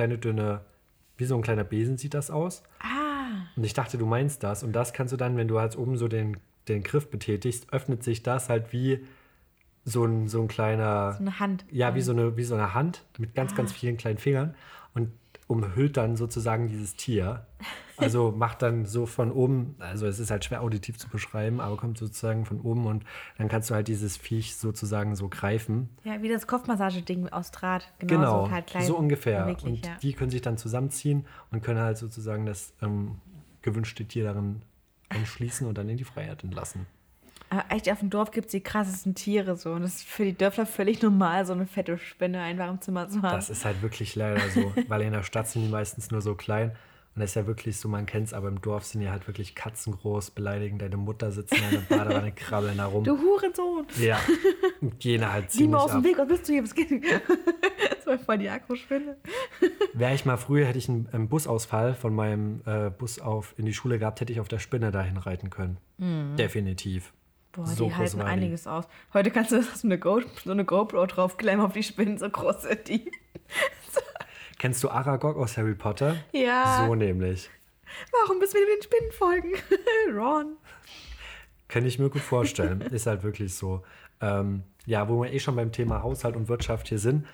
wie so ein kleiner Besen sieht das aus. Und ich dachte, du meinst das. Und das kannst du dann, wenn du halt oben so den Griff betätigst, öffnet sich das halt wie so ein kleiner... So eine Hand. Ja, wie so eine Hand mit ganz, ganz vielen kleinen Fingern. Und umhüllt dann sozusagen dieses Tier. Also macht dann so von oben, also es ist halt schwer auditiv zu beschreiben, aber kommt sozusagen von oben und dann kannst du halt dieses Viech sozusagen so greifen. Ja, wie das Kopfmassageding aus Draht. Genau, so, halt klein, so ungefähr. beweglich, und die können sich dann zusammenziehen und können halt sozusagen das gewünschte Tier darin einschließen und dann in die Freiheit entlassen. Aber echt, auf dem Dorf gibt es die krassesten Tiere so. Und das ist für die Dörfler völlig normal, so eine fette Spinne einfach im Zimmer zu haben. Das ist halt wirklich leider so, weil in der Stadt sind die meistens nur so klein. Und das ist ja wirklich so, man kennt es, aber im Dorf sind die halt wirklich katzengroß, beleidigen deine Mutter, sitzen in der Badewanne, krabbeln da rum. Du Hurensohn! Ja, und gehen halt ziemlich Geh mal aus dem Weg, was bist du hier? Was geht? Das war voll die Akkuspinne. Wäre ich mal früher, hätte ich einen Busausfall von meinem Bus in die Schule gehabt, hätte ich auf der Spinne dahin reiten können. Definitiv. Boah, so die halten einiges aus. Heute kannst du so eine GoPro draufklemmen auf die Spinnen, so groß sind die. Kennst du Aragog aus Harry Potter? Ja. So nämlich. Warum müssen wir den Spinnen folgen? Ron. Kann ich mir gut vorstellen. Ist halt wirklich so. Wo wir schon beim Thema Haushalt und Wirtschaft hier sind.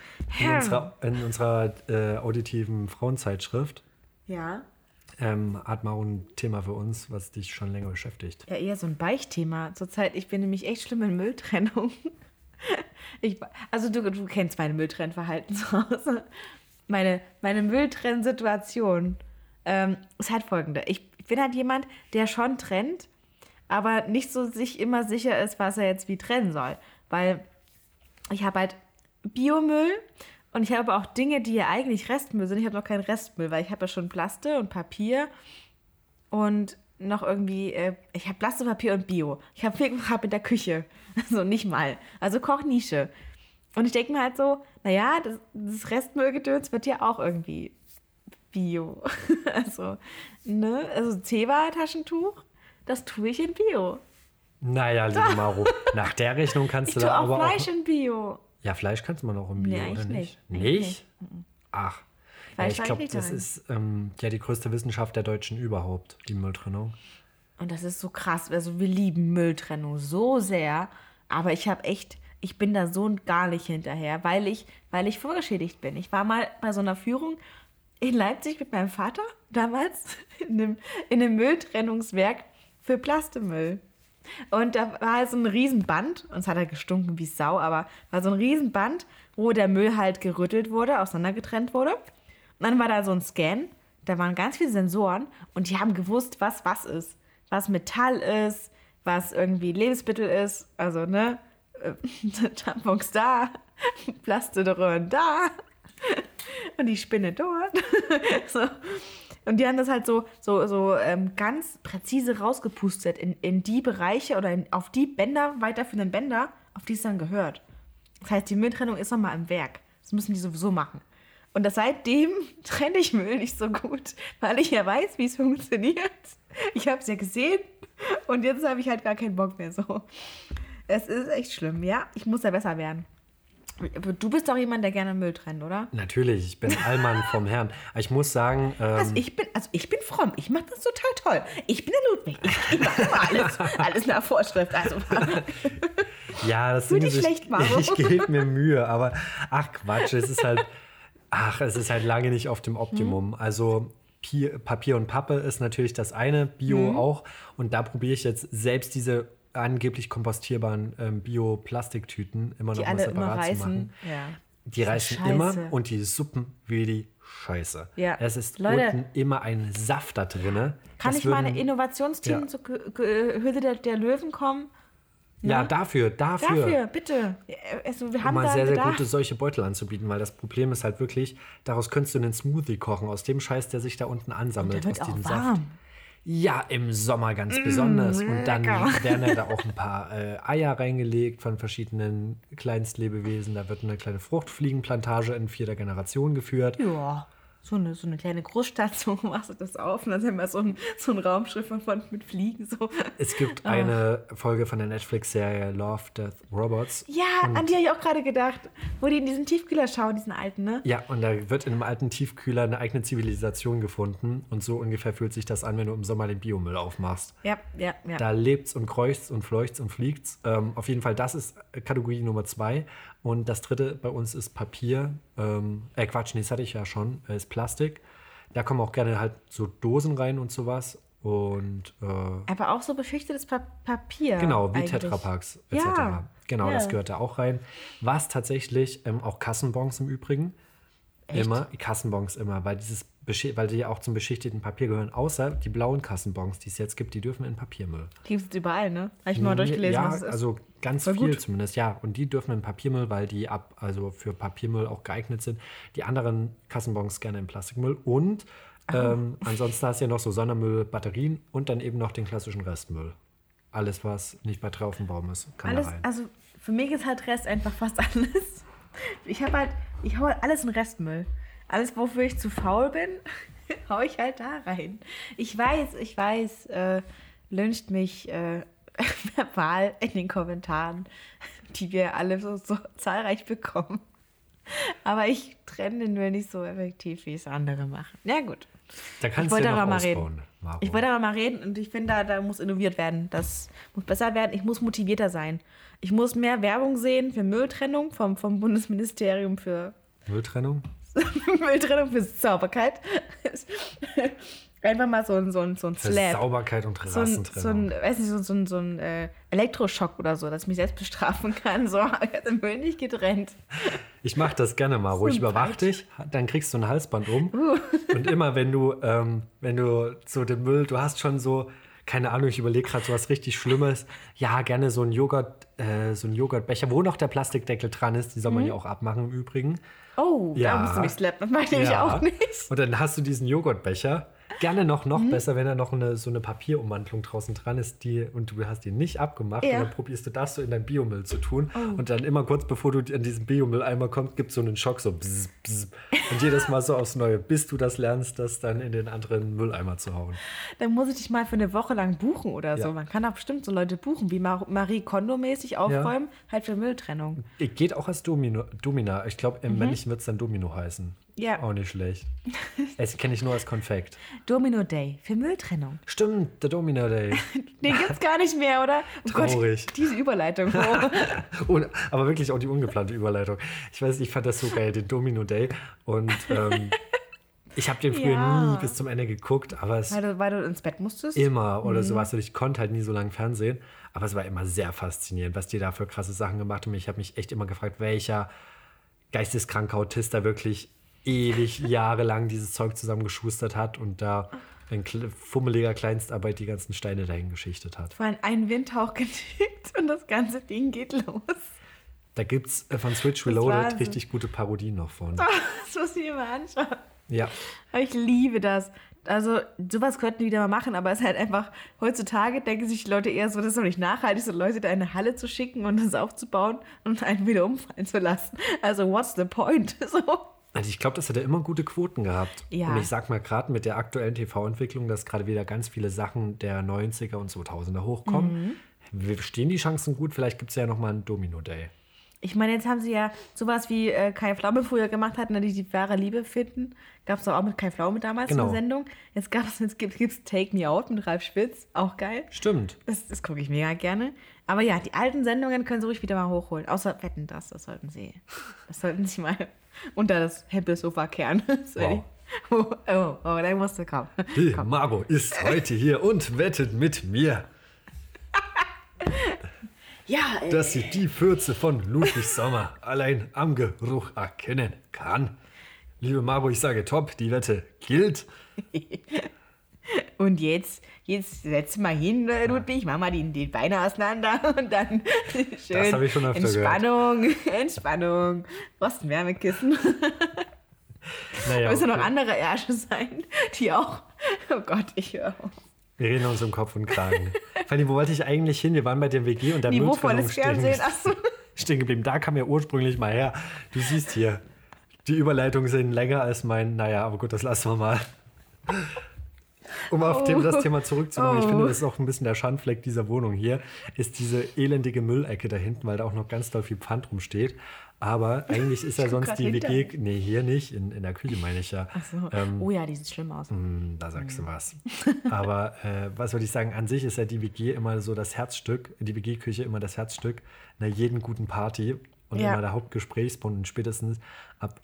In unserer auditiven Frauenzeitschrift. Ja. Hat Maro ein Thema für uns, was dich schon länger beschäftigt. Ja, eher so ein Beichtthema. Zurzeit, ich bin nämlich echt schlimm in Mülltrennung. Du kennst meine Mülltrennverhalten zu Hause. Meine Mülltrennsituation ist halt folgende. Ich bin halt jemand, der schon trennt, aber nicht so sich immer sicher ist, was er jetzt wie trennen soll. Weil ich habe halt Biomüll und ich habe auch Dinge, die ja eigentlich Restmüll sind. Ich habe noch keinen Restmüll, weil ich habe ja schon Plaste und Papier und noch irgendwie, ich habe Plaste, Papier und Bio. Ich habe viel in der Küche. Also nicht mal. Also Kochnische. Und ich denke mir halt so, naja, das Restmüllgedöns wird ja auch irgendwie Bio. Also Zewa-Taschentuch, das tue ich in Bio. Naja, liebe Maro, nach der Rechnung kannst du da aber auch... Fleisch in Bio. Ja, Fleisch kannst man auch im Bio, nee, oder nicht? Nicht? Ach. Fleisch ich glaube, das ist die größte Wissenschaft der Deutschen überhaupt, die Mülltrennung. Und das ist so krass. Also wir lieben Mülltrennung so sehr. Aber ich bin da so gar nicht hinterher, weil ich vorgeschädigt bin. Ich war mal bei so einer Führung in Leipzig mit meinem Vater, damals in einem Mülltrennungswerk für Plastikmüll. Und da war halt so ein Riesenband, und es hat halt gestunken wie Sau, aber war so ein Riesenband, wo der Müll halt gerüttelt wurde, auseinandergetrennt wurde. Und dann war da so ein Scan, da waren ganz viele Sensoren und die haben gewusst, was ist. Was Metall ist, was irgendwie Lebensmittel ist, also, ne, Tampons da, Plastikröhren da und die Spinne dort. So. Und die haben das halt so ganz präzise rausgepustet in die Bereiche oder auf die Bänder, weiterführenden Bänder, auf die es dann gehört. Das heißt, die Mülltrennung ist nochmal im Werk. Das müssen die sowieso machen. Und seitdem trenne ich Müll nicht so gut, weil ich ja weiß, wie es funktioniert. Ich habe es ja gesehen und jetzt habe ich halt gar keinen Bock mehr so. Es ist echt schlimm, ja. Ich muss da besser werden. Du bist doch jemand, der gerne Müll trennt, oder? Natürlich, ich bin Allmann vom Herrn. Ich muss sagen... ich bin fromm. Ich mache das total toll. Ich bin der Ludwig. Ich mache immer alles nach Vorschrift. Also, ja, das Ding ist, ich gebe mir Mühe, aber ach Quatsch, es ist halt lange nicht auf dem Optimum. Also Papier und Pappe ist natürlich das eine, Bio auch. Und da probiere ich jetzt selbst diese angeblich kompostierbaren Bio-Plastiktüten immer noch mal separat zu machen. Ja. Die reißen immer und die suppen wie die Scheiße. Ja. Es ist unten immer ein Saft da drin. Kann ich mal ein Innovationsteam zur Höhle der Löwen kommen? Ne? Ja, dafür, bitte. Also, wir haben mal sehr gute solche Beutel anzubieten, weil das Problem ist halt wirklich, daraus könntest du einen Smoothie kochen, aus dem Scheiß, der sich da unten ansammelt, aus diesem auch warm. Saft. Ja, im Sommer ganz besonders. Und dann werden da auch ein paar Eier reingelegt von verschiedenen Kleinstlebewesen. Da wird eine kleine Fruchtfliegenplantage in 4. Generation geführt. Ja, so eine kleine Großstadt, so machst du das auf. Und dann haben wir so ein Raumschiff mit Fliegen. So. Es gibt eine Folge von der Netflix-Serie Love, Death, Robots. Ja, an die habe ich auch gerade gedacht. Wo die in diesen Tiefkühler schauen, diesen alten, ne? Ja, und da wird in einem alten Tiefkühler eine eigene Zivilisation gefunden. Und so ungefähr fühlt sich das an, wenn du im Sommer den Biomüll aufmachst. Ja. Da lebt's und kreucht's und fleucht's und fliegt's. Auf jeden Fall, das ist Kategorie Nummer 2. Und das dritte bei uns ist Papier. Das hatte ich ja schon, ist Plastik. Da kommen auch gerne halt so Dosen rein und sowas. Und, aber auch so beschichtetes Papier. Genau, wie eigentlich. Tetrapacks etc. Ja. Genau, das gehört da auch rein. Was tatsächlich, auch Kassenbons im Übrigen. Echt? Immer, Kassenbons immer, weil die ja auch zum beschichteten Papier gehören. Außer die blauen Kassenbons, die es jetzt gibt, die dürfen in Papiermüll. Die gibt es überall, ne? Habe ich mal durchgelesen, ja, was es ist. Also ganz voll viel gut. zumindest, ja. Und die dürfen in Papiermüll, weil die also für Papiermüll auch geeignet sind. Die anderen Kassenbons gerne in Plastikmüll. Und ansonsten hast du ja noch so Sondermüll, Batterien und dann eben noch den klassischen Restmüll. Alles, was nicht bei 3 auf dem Baum ist, kann da rein. Also für mich ist halt Rest einfach fast alles. Ich hau halt alles in Restmüll. Alles, wofür ich zu faul bin, hau ich halt da rein. Ich weiß, lyncht mich verbal in den Kommentaren, die wir alle so zahlreich bekommen. Aber ich trenne den Müll nicht so effektiv, wie es andere machen. Ja, gut. Da kannst du ja noch ausbauen. Ich wollte darüber mal reden und ich finde, da muss innoviert werden. Das muss besser werden. Ich muss motivierter sein. Ich muss mehr Werbung sehen für Mülltrennung vom Bundesministerium für... Mülltrennung? Mülltrennung für Sauberkeit. Einfach mal so ein Slab. Für Sauberkeit und Rassentrennung. So ein Elektroschock oder so, dass ich mich selbst bestrafen kann. So, ich habe den Müll nicht getrennt. Ich mache das gerne mal, wo ich überwache dich, dann kriegst du ein Halsband um. Und immer wenn du so den Müll, du hast schon so, keine Ahnung, ich überlege gerade so was richtig Schlimmes. Ja, gerne so ein Joghurtbecher, wo noch der Plastikdeckel dran ist, die soll man ja auch abmachen im Übrigen. Oh, ja. Da musst du mich slappen, das mache ich nämlich auch nicht. Und dann hast du diesen Joghurtbecher. Gerne noch besser, wenn da noch so eine Papierummantelung draußen dran ist, und du hast die nicht abgemacht. Ja. Und dann probierst du das so in deinen Biomüll zu tun. Oh. Und dann immer kurz bevor du an diesen Biomülleimer kommst, gibt es so einen Schock, so bzz, bzz. Und jedes Mal so aufs Neue, bis du das lernst, das dann in den anderen Mülleimer zu hauen. Dann muss ich dich mal für eine Woche lang buchen oder so. Ja. Man kann auch bestimmt so Leute buchen, wie Marie Kondo-mäßig aufräumen, halt für Mülltrennung. Geht auch als Domina. Ich glaube, im Männlichen wird es dann Domino heißen. Ja. Auch nicht schlecht. Das kenne ich nur als Konfekt. Domino Day für Mülltrennung. Stimmt, der Domino Day. Den gibt's gar nicht mehr, oder? Oh Traurig. Gott, diese Überleitung. Aber wirklich auch die ungeplante Überleitung. Ich weiß, ich fand das so geil, den Domino Day. Und ich habe den früher nie bis zum Ende geguckt, aber es Weil du ins Bett musstest? immer oder sowas. Und ich konnte halt nie so lange Fernsehen. Aber es war immer sehr faszinierend, was die da für krasse Sachen gemacht haben. Ich habe mich echt immer gefragt, welcher geisteskranke Autist da wirklich ewig jahrelang dieses Zeug zusammengeschustert hat und da in fummeliger Kleinstarbeit die ganzen Steine dahin geschichtet hat. Vor allem einen Windhauch genügt und das ganze Ding geht los. Da gibt es von Switch Reloaded richtig gute Parodien noch von. Das muss ich mir mal anschauen. Ja. Aber ich liebe das. Also, sowas könnten die wieder mal machen, aber es ist halt einfach, heutzutage denken sich die Leute eher so, das ist doch nicht nachhaltig, so Leute da in eine Halle zu schicken und das aufzubauen und einen wieder umfallen zu lassen. Also, what's the point? So. Also ich glaube, das hat ja immer gute Quoten gehabt. Ja. Und ich sag mal, gerade mit der aktuellen TV-Entwicklung, dass gerade wieder ganz viele Sachen der 90er und 2000er hochkommen, stehen die Chancen gut. Vielleicht gibt es ja nochmal einen Domino-Day. Ich meine, jetzt haben sie ja sowas wie Kai Pflaume früher gemacht hat, die wahre Liebe finden. Gab es doch auch mit Kai Pflaume damals eine Sendung. Jetzt gibt's Take Me Out mit Ralf Spitz, auch geil. Stimmt. Das gucke ich mega gerne. Aber ja, die alten Sendungen können sie ruhig wieder mal hochholen. Außer Wetten, das sollten sie mal unter das Hempelsofa kehren. Wow. Da musst du kommen. Die Margot ist heute hier und wettet mit mir, Ja, dass sie die Fürze von Ludwig Sommer allein am Geruch erkennen kann. Liebe Margot, ich sage top, die Wette gilt. Und jetzt setz mal hin, Ludwig, mach mal die Beine auseinander und dann schön Das habe ich schon öfter gehört. Entspannung. Brauchst ein Wärmekissen. Naja, Müssen noch andere Ärsche sein, die auch, oh Gott, ich höre auf. Wir reden uns um Kopf und Kragen. Fanny, wo wollte ich eigentlich hin? Wir waren bei dem WG und der Niveauvolles Fernsehen, achso. stehen geblieben. Da kam ja ursprünglich mal her. Du siehst hier, die Überleitungen sind länger als naja, aber gut, das lassen wir mal. Um auf das Thema zurückzukommen, ich finde, das ist auch ein bisschen der Schandfleck dieser Wohnung hier, ist diese elendige Müllecke da hinten, weil da auch noch ganz doll viel Pfand rumsteht. Aber eigentlich ist ja sonst die WG, nee, hier nicht, in der Küche meine ich ja. Ach so. Oh ja, die sieht schlimm aus. Da sagst du was. Aber was würde ich sagen, an sich ist ja die WG immer so das Herzstück, die WG-Küche immer das Herzstück einer jeden guten Party und immer der Hauptgesprächspunkt. Und spätestens ab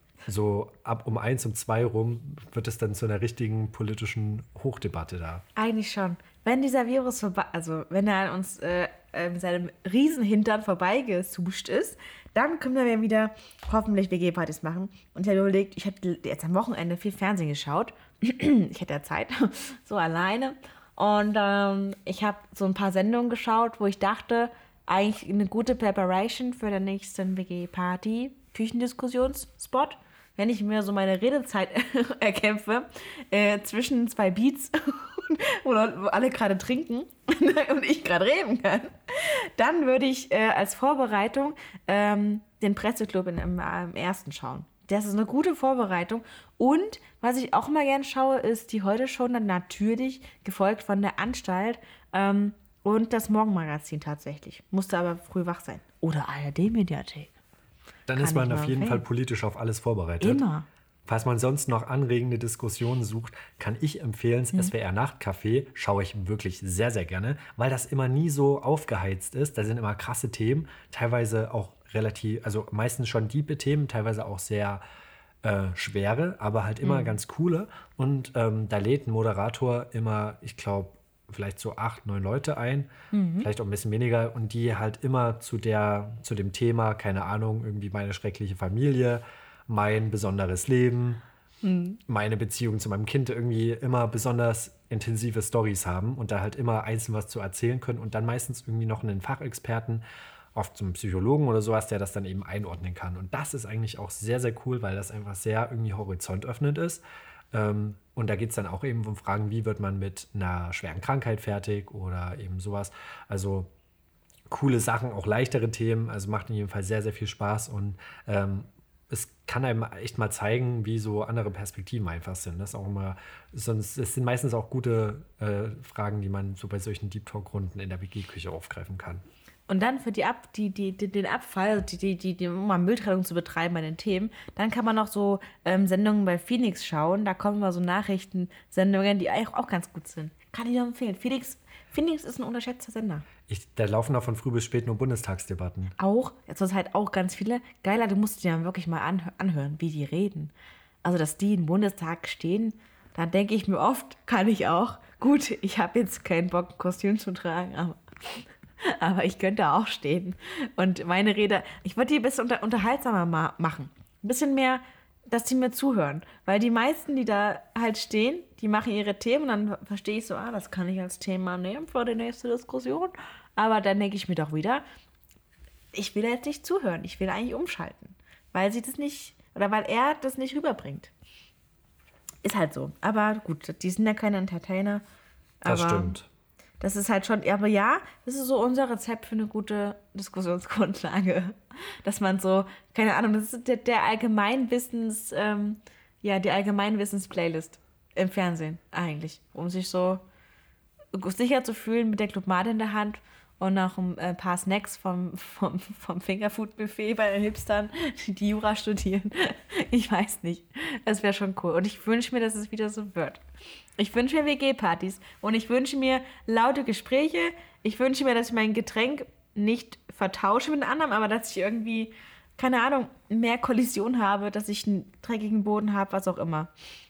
um 1, um 2 rum wird es dann zu einer richtigen politischen Hochdebatte da. Eigentlich schon. Wenn dieser Virus wenn er an uns mit seinem Riesenhintern vorbeigesuscht ist, dann können wir wieder hoffentlich WG-Partys machen. Und ich habe überlegt, ich habe jetzt am Wochenende viel Fernsehen geschaut. Ich hatte ja Zeit, so alleine. Und ich habe so ein paar Sendungen geschaut, wo ich dachte, eigentlich eine gute Preparation für den nächsten WG-Party, Küchendiskussions-Spot. Wenn ich mir so meine Redezeit erkämpfe, zwischen 2 Beats, wo alle gerade trinken und ich gerade reden kann, dann würde ich als Vorbereitung den Presseclub im ersten schauen. Das ist eine gute Vorbereitung. Und was ich auch immer gerne schaue, ist die Heute-Show, dann natürlich gefolgt von der Anstalt und das Morgenmagazin tatsächlich. Musste aber früh wach sein. Oder ARD-Mediathek. Dann ist man auf jeden Fall politisch auf alles vorbereitet. Immer. Falls man sonst noch anregende Diskussionen sucht, kann ich empfehlen, SWR Nachtcafé schaue ich wirklich sehr, sehr gerne, weil das immer nie so aufgeheizt ist. Da sind immer krasse Themen, teilweise auch also meistens schon tiefe Themen, teilweise auch sehr schwere, aber halt immer ganz coole. Und da lädt ein Moderator immer, ich glaube, vielleicht so 8, 9 Leute ein, vielleicht auch ein bisschen weniger, und die halt immer zu dem Thema, keine Ahnung, irgendwie meine schreckliche Familie, mein besonderes Leben, meine Beziehung zu meinem Kind, irgendwie immer besonders intensive Storys haben und da halt immer einzeln was zu erzählen können und dann meistens irgendwie noch einen Fachexperten, oft zum Psychologen oder sowas, der das dann eben einordnen kann. Und das ist eigentlich auch sehr, sehr cool, weil das einfach sehr irgendwie horizontöffnend ist. Und da geht es dann auch eben um Fragen, wie wird man mit einer schweren Krankheit fertig oder eben sowas. Also coole Sachen, auch leichtere Themen. Also macht in jedem Fall sehr, sehr viel Spaß und es kann einem echt mal zeigen, wie so andere Perspektiven einfach sind. Das ist auch immer, sonst, es sind meistens auch gute Fragen, die man so bei solchen Deep Talk-Runden in der WG-Küche aufgreifen kann. Und dann für den Abfall, um mal Mülltrennung zu betreiben bei den Themen, dann kann man noch so Sendungen bei Phoenix schauen. Da kommen mal so Nachrichtensendungen, die eigentlich auch ganz gut sind. Kann ich nur empfehlen. Phoenix ist ein unterschätzter Sender. Da laufen auch von früh bis spät nur Bundestagsdebatten. Auch, jetzt ist halt auch ganz viele. Geiler, du musst dir dann wirklich mal anhören, wie die reden. Also, dass die im Bundestag stehen, da denke ich mir oft, kann ich auch. Gut, ich habe jetzt keinen Bock, ein Kostüm zu tragen, aber ich könnte auch stehen. Und meine Rede, ich würde die ein bisschen unterhaltsamer machen. Ein bisschen mehr, dass die mir zuhören. Weil die meisten, die da halt stehen, die machen ihre Themen und dann verstehe ich so, das kann ich als Thema nehmen für die nächste Diskussion. Aber dann denke ich mir doch wieder, ich will jetzt nicht zuhören. Ich will eigentlich umschalten. Weil sie das nicht, oder weil er das nicht rüberbringt. Ist halt so. Aber gut, die sind ja keine Entertainer. Das stimmt. Das ist halt schon, aber ja, das ist so unser Rezept für eine gute Diskussionsgrundlage. Dass man so, keine Ahnung, das ist der Allgemeinwissens, die Allgemeinwissens-Playlist im Fernsehen eigentlich. Um sich so sicher zu fühlen mit der Clubmate in der Hand und noch ein paar Snacks vom Fingerfood-Buffet bei den Hipstern, die Jura studieren. Ich weiß nicht. Das wäre schon cool. Und ich wünsche mir, dass es wieder so wird. Ich wünsche mir WG-Partys und ich wünsche mir laute Gespräche. Ich wünsche mir, dass ich mein Getränk nicht vertausche mit einem anderen, aber dass ich irgendwie, keine Ahnung, mehr Kollision habe, dass ich einen dreckigen Boden habe, was auch immer.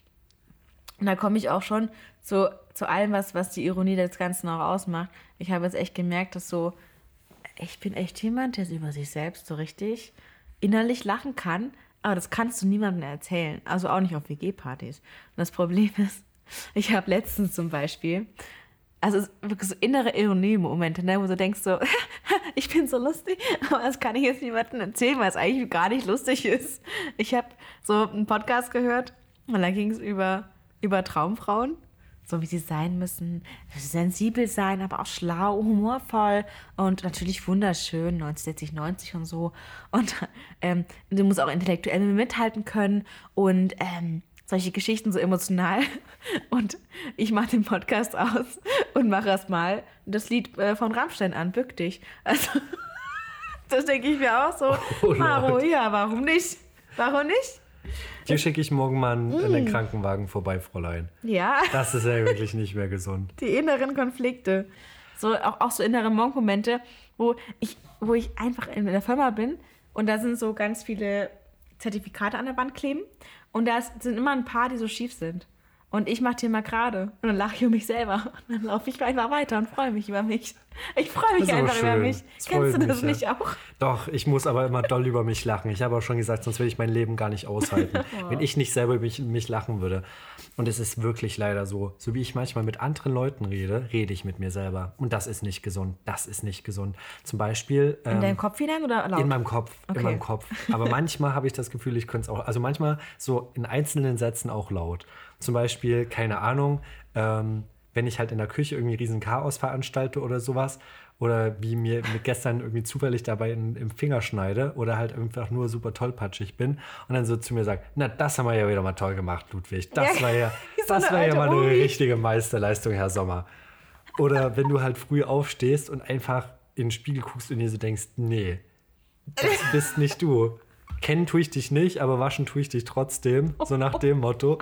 Und da komme ich auch schon zu allem, was die Ironie des Ganzen auch ausmacht. Ich habe jetzt echt gemerkt, dass ich bin echt jemand, der über sich selbst so richtig innerlich lachen kann, aber das kannst du niemandem erzählen. Also auch nicht auf WG-Partys. Und das Problem ist, ich habe letztens zum Beispiel, also wirklich so innere Ironie-Momente, ne, wo du denkst so, ich bin so lustig, aber das kann ich jetzt niemandem erzählen, weil es eigentlich gar nicht lustig ist. Ich habe so einen Podcast gehört und da ging es über Traumfrauen, so wie sie sein müssen, sensibel sein, aber auch schlau, humorvoll und natürlich wunderschön, 1960, 90 und so. Und du musst auch intellektuell mithalten können und solche Geschichten so emotional. Und ich mache den Podcast aus und mache erstmal das Lied von Rammstein an, Bück dich. Also, das denke ich mir auch so. Warum nicht? Warum nicht? Dir schicke ich morgen mal in den Krankenwagen vorbei, Fräulein. Ja. Das ist ja wirklich nicht mehr gesund. Die inneren Konflikte. So, auch so innere Monk-Momente, wo ich einfach in der Firma bin und da sind so ganz viele Zertifikate an der Wand kleben und da sind immer ein paar, die so schief sind. Und ich mache die mal gerade und dann lache ich um mich selber. Und dann laufe ich einfach weiter und freue mich über mich. Ich freue mich einfach über mich. Kennst du das nicht auch? Doch, ich muss aber immer doll über mich lachen. Ich habe auch schon gesagt, sonst würde ich mein Leben gar nicht aushalten, wenn ich nicht selber über mich lachen würde. Und es ist wirklich leider so. So wie ich manchmal mit anderen Leuten rede ich mit mir selber. Und das ist nicht gesund. Das ist nicht gesund. Zum Beispiel... in deinem Kopf hinein oder laut? In meinem Kopf. Okay. In meinem Kopf. Aber manchmal habe ich das Gefühl, ich könnte es auch... Also manchmal so in einzelnen Sätzen auch laut. Zum Beispiel, keine Ahnung, wenn ich halt in der Küche irgendwie riesen Chaos veranstalte oder sowas oder wie mir gestern irgendwie zufällig dabei im Finger schneide oder halt einfach nur super tollpatschig bin und dann so zu mir sagt, na, das haben wir ja wieder mal toll gemacht, Ludwig. Das war ja mal eine richtige Meisterleistung, Herr Sommer. Oder wenn du halt früh aufstehst und einfach in den Spiegel guckst und dir so denkst, nee, das bist nicht du. Kennen tue ich dich nicht, aber waschen tue ich dich trotzdem, so nach dem Motto.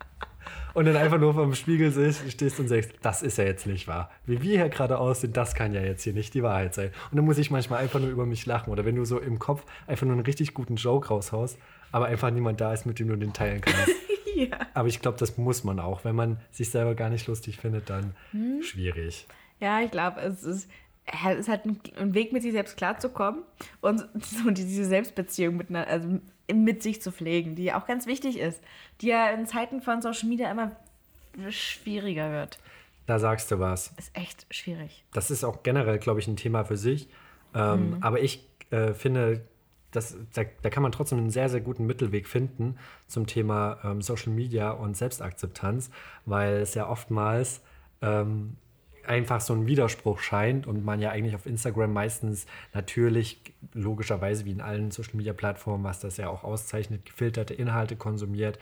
Und dann einfach nur vor dem Spiegel stehst und sagst, das ist ja jetzt nicht wahr. Wie wir hier gerade aussehen, das kann ja jetzt hier nicht die Wahrheit sein. Und dann muss ich manchmal einfach nur über mich lachen. Oder wenn du so im Kopf einfach nur einen richtig guten Joke raushaust, aber einfach niemand da ist, mit dem du den teilen kannst. Ja. Aber ich glaube, das muss man auch. Wenn man sich selber gar nicht lustig findet, dann schwierig. Ja, ich glaube, es ist halt ein Weg, mit sich selbst klarzukommen und so diese Selbstbeziehung mit sich zu pflegen, die ja auch ganz wichtig ist, die ja in Zeiten von Social Media immer schwieriger wird. Da sagst du was. Ist echt schwierig. Das ist auch generell, glaube ich, ein Thema für sich. Aber ich finde, da kann man trotzdem einen sehr, sehr guten Mittelweg finden zum Thema Social Media und Selbstakzeptanz, weil es ja oftmals einfach so ein Widerspruch scheint und man ja eigentlich auf Instagram meistens natürlich, logischerweise wie in allen Social-Media-Plattformen, was das ja auch auszeichnet, gefilterte Inhalte konsumiert,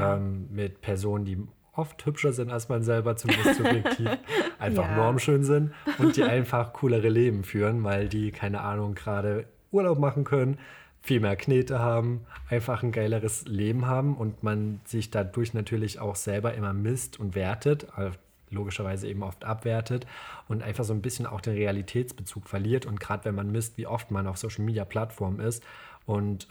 mit Personen, die oft hübscher sind als man selber, zumindest subjektiv, einfach normschön sind und die einfach coolere Leben führen, weil die, keine Ahnung, gerade Urlaub machen können, viel mehr Knete haben, einfach ein geileres Leben haben und man sich dadurch natürlich auch selber immer misst und wertet, logischerweise eben oft abwertet und einfach so ein bisschen auch den Realitätsbezug verliert. Und gerade wenn man misst, wie oft man auf Social-Media-Plattformen ist und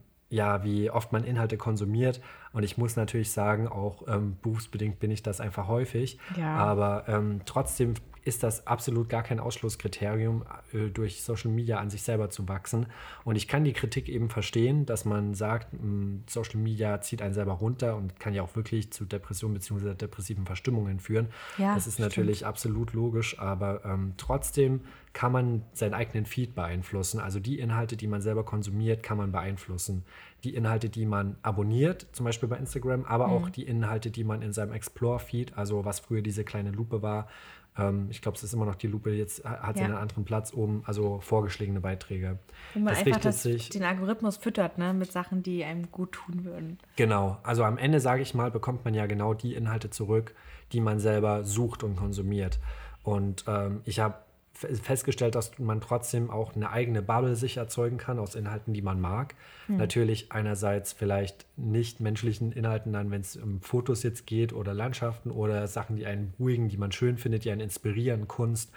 wie oft man Inhalte konsumiert. Und ich muss natürlich sagen, auch berufsbedingt bin ich das einfach häufig. Ja. Aber trotzdem ist das absolut gar kein Ausschlusskriterium, durch Social Media an sich selber zu wachsen. Und ich kann die Kritik eben verstehen, dass man sagt, Social Media zieht einen selber runter und kann ja auch wirklich zu Depressionen bzw. depressiven Verstimmungen führen. Ja, das ist natürlich absolut logisch, aber trotzdem kann man seinen eigenen Feed beeinflussen. Also die Inhalte, die man selber konsumiert, kann man beeinflussen. Die Inhalte, die man abonniert, zum Beispiel bei Instagram, aber auch die Inhalte, die man in seinem Explore-Feed, also was früher diese kleine Lupe war, ich glaube, es ist immer noch die Lupe, jetzt hat sie einen anderen Platz oben, also vorgeschlagene Beiträge. Wo man einfach den Algorithmus füttert, ne, mit Sachen, die einem gut tun würden. Genau, also am Ende, sage ich mal, bekommt man ja genau die Inhalte zurück, die man selber sucht und konsumiert. Und ich habe festgestellt, dass man trotzdem auch eine eigene Bubble sich erzeugen kann aus Inhalten, die man mag. Natürlich einerseits vielleicht nicht menschlichen Inhalten dann, wenn es um Fotos jetzt geht oder Landschaften oder Sachen, die einen beruhigen, die man schön findet, die einen inspirieren, Kunst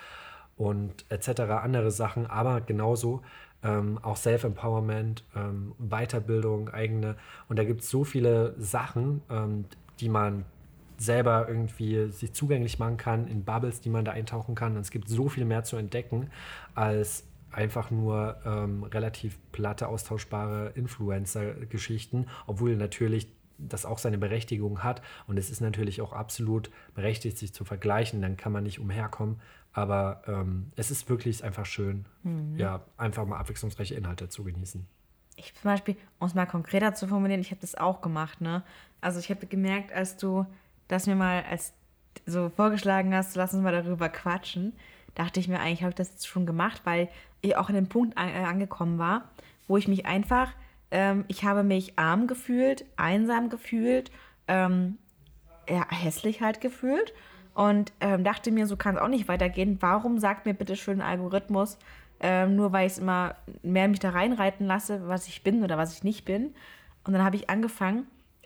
und etc., andere Sachen, aber genauso auch Self-Empowerment, Weiterbildung, eigene. Und da gibt es so viele Sachen, die man selber irgendwie sich zugänglich machen kann, in Bubbles, die man da eintauchen kann. Und es gibt so viel mehr zu entdecken, als einfach nur relativ platte, austauschbare Influencer-Geschichten, obwohl natürlich das auch seine Berechtigung hat. Und es ist natürlich auch absolut berechtigt, sich zu vergleichen. Dann kann man nicht umherkommen. Aber es ist wirklich einfach schön, einfach mal abwechslungsreiche Inhalte zu genießen. Ich zum Beispiel, um es mal konkreter zu formulieren, ich habe das auch gemacht, ne? Also ich habe gemerkt, als du das mir mal so vorgeschlagen hast, lass uns mal darüber quatschen, dachte ich mir eigentlich, habe ich das jetzt schon gemacht, weil ich auch an dem Punkt angekommen war, wo ich mich einfach, ich habe mich arm gefühlt, einsam gefühlt, hässlich halt gefühlt und dachte mir, so kann es auch nicht weitergehen. Warum sagt mir bitte schön ein Algorithmus, nur weil ich es immer mehr mich da reinreiten lasse, was ich bin oder was ich nicht bin. Und dann habe ich angefangen,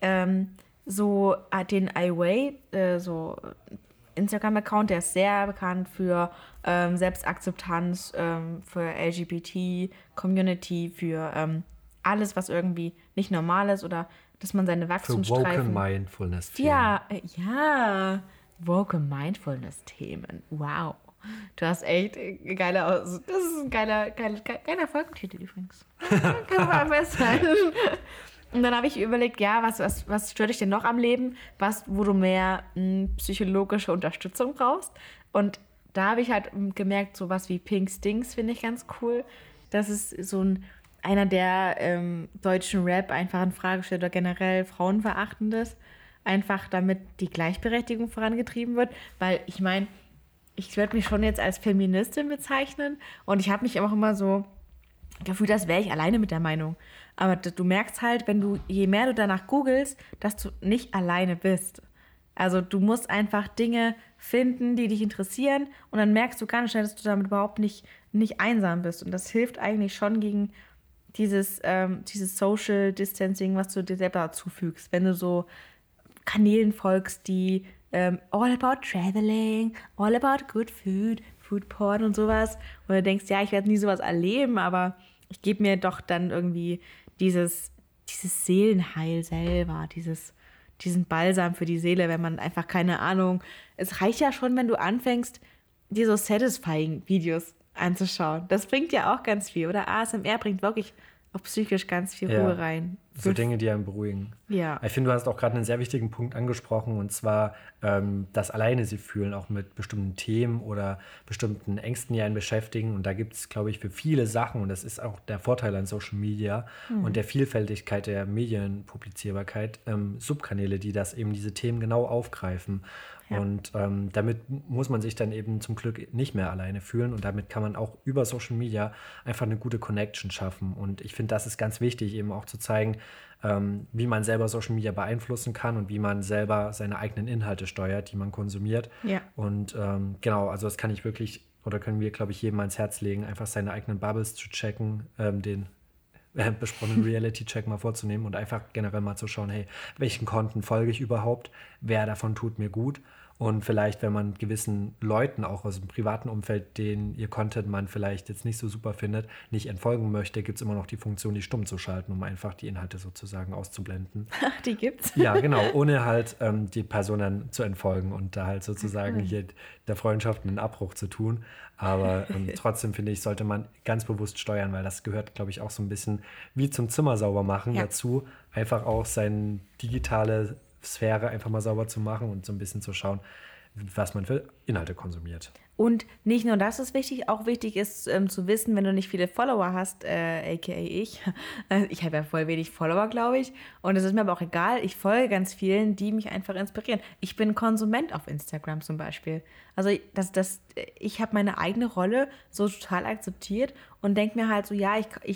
so den iWay, so Instagram-Account, der ist sehr bekannt für Selbstakzeptanz, für LGBT-Community, für alles, was irgendwie nicht normal ist oder dass man seine Wachstumsstreifen... Für Woke Mindfulness-Themen. Ja, Woke Mindfulness-Themen. Wow. Du hast echt geile... Das ist ein geiler Folgentitel übrigens. Kann man festhalten. Und dann habe ich überlegt, ja, was stört dich denn noch am Leben? Wo du mehr psychologische Unterstützung brauchst? Und da habe ich halt gemerkt, sowas wie Pink Stings finde ich ganz cool. Das ist so einer der deutschen Rap einfach in Frage stellt oder generell Frauenverachtendes. Einfach damit die Gleichberechtigung vorangetrieben wird. Weil ich meine, ich werde mich schon jetzt als Feministin bezeichnen. Und ich habe mich auch immer so gefühlt, als wäre ich alleine mit der Meinung. Aber du merkst halt, je mehr du danach googelst, dass du nicht alleine bist. Also du musst einfach Dinge finden, die dich interessieren und dann merkst du ganz schnell, dass du damit überhaupt nicht einsam bist. Und das hilft eigentlich schon gegen dieses Social Distancing, was du dir selber zufügst. Wenn du so Kanälen folgst, die all about traveling, all about good food, food porn und sowas. Und du denkst, ja, ich werde nie sowas erleben, aber ich gebe mir doch dann irgendwie dieses Seelenheil selber, diesen Balsam für die Seele, wenn man einfach, keine Ahnung, es reicht ja schon, wenn du anfängst, dir so satisfying Videos anzuschauen. Das bringt ja auch ganz viel, oder? ASMR bringt wirklich auch psychisch ganz viel Ruhe rein. So Dinge, die einen beruhigen. Ja. Ich finde, du hast auch gerade einen sehr wichtigen Punkt angesprochen, und zwar das alleine sie fühlen, auch mit bestimmten Themen oder bestimmten Ängsten, die einen beschäftigen. Und da gibt es, glaube ich, für viele Sachen, und das ist auch der Vorteil an Social Media und der Vielfältigkeit der Medienpublizierbarkeit, Subkanäle, die diese Themen genau aufgreifen. Ja. Und damit muss man sich dann eben zum Glück nicht mehr alleine fühlen, und damit kann man auch über Social Media einfach eine gute Connection schaffen. Und ich finde, das ist ganz wichtig, eben auch zu zeigen, wie man selber Social Media beeinflussen kann und wie man selber seine eigenen Inhalte steuert, die man konsumiert. Ja. Und genau, also das kann ich wirklich, oder können wir, glaube ich, jedem ans Herz legen, einfach seine eigenen Bubbles zu checken, den besprochenen Reality-Check mal vorzunehmen und einfach generell mal zu schauen, hey, welchen Content folge ich überhaupt, wer davon tut mir gut. Und vielleicht, wenn man gewissen Leuten auch aus dem privaten Umfeld, denen ihr Content man vielleicht jetzt nicht so super findet, nicht entfolgen möchte, gibt es immer noch die Funktion, die stumm zu schalten, um einfach die Inhalte sozusagen auszublenden. Ach, die gibt's? Ja, genau, ohne halt die Person dann zu entfolgen und da halt sozusagen hier der Freundschaft einen Abbruch zu tun. Aber trotzdem, finde ich, sollte man ganz bewusst steuern, weil das gehört, glaube ich, auch so ein bisschen wie zum Zimmer sauber machen dazu, einfach auch seine digitale Sphäre einfach mal sauber zu machen und so ein bisschen zu schauen, was man für Inhalte konsumiert. Und nicht nur das ist wichtig, auch wichtig ist zu wissen, wenn du nicht viele Follower hast, aka ich habe ja voll wenig Follower, glaube ich, und es ist mir aber auch egal, ich folge ganz vielen, die mich einfach inspirieren. Ich bin Konsument auf Instagram zum Beispiel. Also ich habe meine eigene Rolle so total akzeptiert und denke mir halt so, ja,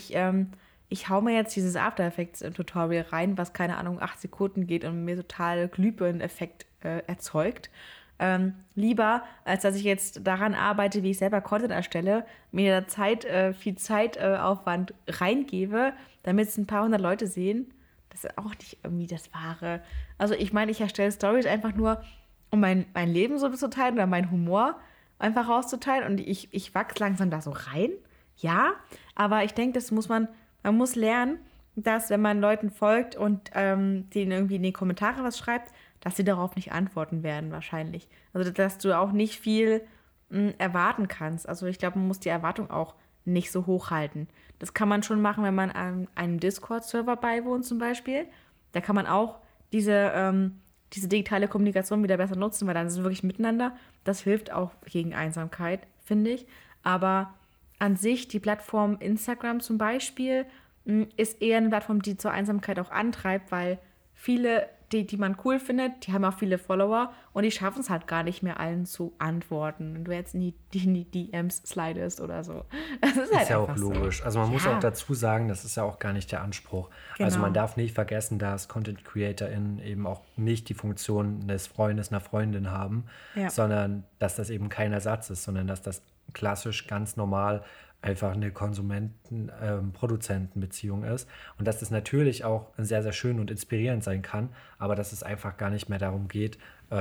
ich hau mir jetzt dieses After Effects Tutorial rein, was, keine Ahnung, 8 Sekunden geht und mir total Glühbirnen-Effekt erzeugt. Lieber, als dass ich jetzt daran arbeite, wie ich selber Content erstelle, mir da viel Zeitaufwand reingebe, damit es ein paar hundert Leute sehen. Das ist auch nicht irgendwie das Wahre. Also ich meine, ich erstelle Stories einfach nur, um mein Leben so zu teilen oder meinen Humor einfach rauszuteilen, und ich wachse langsam da so rein. Ja, aber ich denke, man muss lernen, dass, wenn man Leuten folgt und denen irgendwie in die Kommentare was schreibt, dass sie darauf nicht antworten werden wahrscheinlich. Also dass du auch nicht viel erwarten kannst. Also ich glaube, man muss die Erwartung auch nicht so hoch halten. Das kann man schon machen, wenn man einem Discord-Server beiwohnt zum Beispiel. Da kann man auch diese digitale Kommunikation wieder besser nutzen, weil dann ist es wirklich miteinander. Das hilft auch gegen Einsamkeit, finde ich. Aber an sich, die Plattform Instagram zum Beispiel, ist eher eine Plattform, die zur Einsamkeit auch antreibt, weil viele, die man cool findet, die haben auch viele Follower und die schaffen es halt gar nicht mehr, allen zu antworten. Wenn du jetzt in die DMs slidest oder so. Das ist halt ja auch logisch. Also man muss auch dazu sagen, das ist ja auch gar nicht der Anspruch. Genau. Also man darf nicht vergessen, dass Content CreatorInnen eben auch nicht die Funktion des Freundes, einer Freundin haben, sondern dass das eben kein Ersatz ist, sondern dass das klassisch ganz normal einfach eine Konsumenten-Produzenten-Beziehung ist. Und dass das natürlich auch sehr, sehr schön und inspirierend sein kann, aber dass es einfach gar nicht mehr darum geht,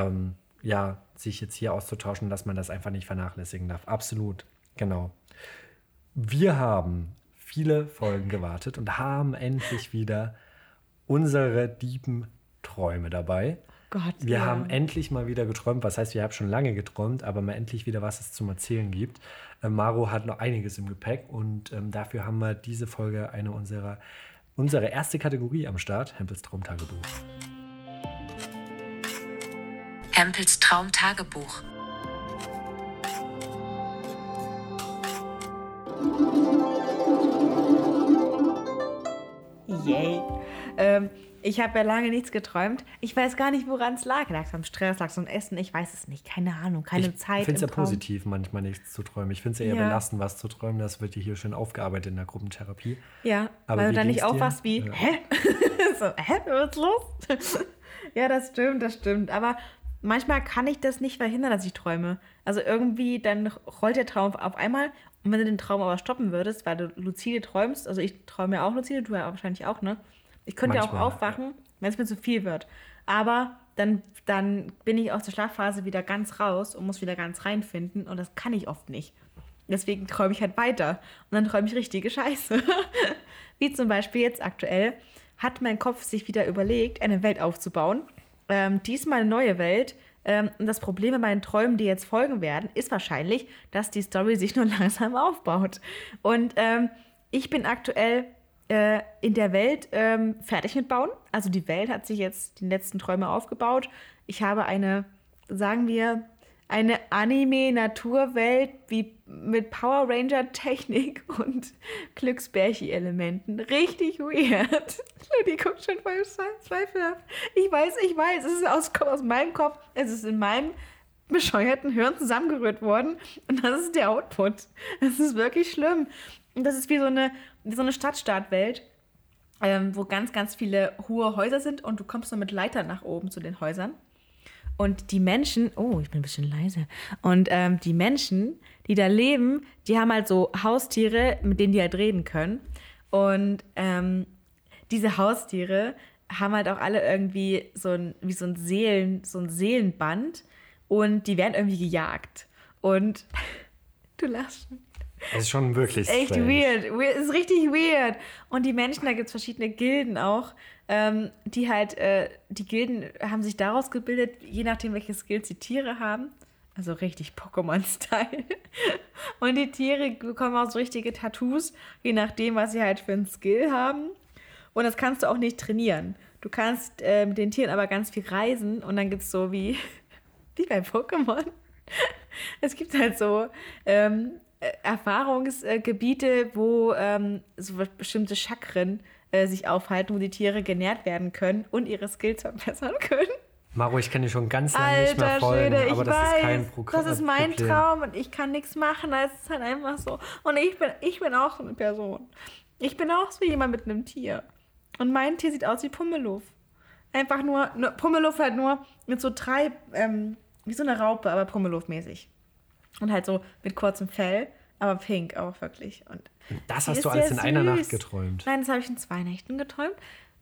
sich jetzt hier auszutauschen, dass man das einfach nicht vernachlässigen darf. Absolut, genau. Wir haben viele Folgen gewartet und haben endlich wieder unsere tiefen Träume dabei. Gott, wir haben endlich mal wieder geträumt. Was heißt, wir haben schon lange geträumt, aber mal endlich wieder, was es zum Erzählen gibt. Maro hat noch einiges im Gepäck und dafür haben wir diese Folge unsere erste Kategorie am Start, Hempels Traumtagebuch. Hempels Traumtagebuch. Yay. Ich habe ja lange nichts geträumt. Ich weiß gar nicht, woran es lag. Lag es am Stress, lag es am Essen? Ich weiß es nicht. Keine Ahnung, keine Zeit. Ich finde es ja positiv, manchmal nichts zu träumen. Ich finde es eher belastend, was zu träumen. Das wird hier schön aufgearbeitet in der Gruppentherapie. Ja, aber weil du dann nicht aufwachst wie, hä? Was ist los? Ja, das stimmt. Aber manchmal kann ich das nicht verhindern, dass ich träume. Also irgendwie, dann rollt der Traum auf einmal. Und wenn du den Traum aber stoppen würdest, weil du lucide träumst, also ich träume ja auch lucide, du ja wahrscheinlich auch, ne? Ich könnte ja auch aufwachen, wenn es mir zu viel wird. Aber dann bin ich aus der Schlafphase wieder ganz raus und muss wieder ganz reinfinden. Und das kann ich oft nicht. Deswegen träume ich halt weiter. Und dann träume ich richtige Scheiße. Wie zum Beispiel jetzt aktuell hat mein Kopf sich wieder überlegt, eine Welt aufzubauen. Diesmal eine neue Welt. Und das Problem bei meinen Träumen, die jetzt folgen werden, ist wahrscheinlich, dass die Story sich nur langsam aufbaut. Und ich bin aktuell in der Welt fertig mit bauen. Also die Welt hat sich jetzt die letzten Träume aufgebaut. Ich habe eine Anime-Naturwelt wie mit Power Ranger-Technik und Glücksbärchi-Elementen. Richtig weird. Die guckt schon voll zweifelhaft. Ich weiß, es ist aus meinem Kopf, es ist in meinem bescheuerten Hirn zusammengerührt worden und das ist der Output. Das ist wirklich schlimm. Und das ist wie so eine Stadt-Staat-Welt, wo ganz, ganz viele hohe Häuser sind und du kommst nur mit Leitern nach oben zu den Häusern. Und die Menschen, ich bin ein bisschen leise, und die Menschen, die da leben, die haben halt so Haustiere, mit denen die halt reden können. Und diese Haustiere haben halt auch alle irgendwie so ein Seelenband und die werden irgendwie gejagt. Und du lachst schon. Es ist schon wirklich echt strange. weird. Es ist richtig weird. Und die Menschen, da gibt es verschiedene Gilden auch, die halt, die Gilden haben sich daraus gebildet, je nachdem, welche Skills die Tiere haben. Also richtig Pokémon-Style. Und die Tiere bekommen auch so richtige Tattoos, je nachdem, was sie halt für einen Skill haben. Und das kannst du auch nicht trainieren. Du kannst mit den Tieren aber ganz viel reisen und dann gibt es so wie bei Pokémon. Es gibt halt so Erfahrungsgebiete, wo so bestimmte Chakren sich aufhalten, wo die Tiere genährt werden können und ihre Skills verbessern können. Maro, ich kann dir schon ganz lange nicht mehr folgen, Schwede, aber das ist kein Problem. Das ist mein Traum und ich kann nichts machen, das ist halt einfach so. Und ich bin auch so eine Person. Ich bin auch so jemand mit einem Tier. Und mein Tier sieht aus wie Pummeluff. Einfach nur Pummeluff halt nur mit so 3, wie so eine Raupe, aber Pummeluff-mäßig. Und halt so mit kurzem Fell, aber pink auch wirklich. Und das hast du alles in einer Nacht geträumt? Nein, das habe ich in 2 Nächten geträumt.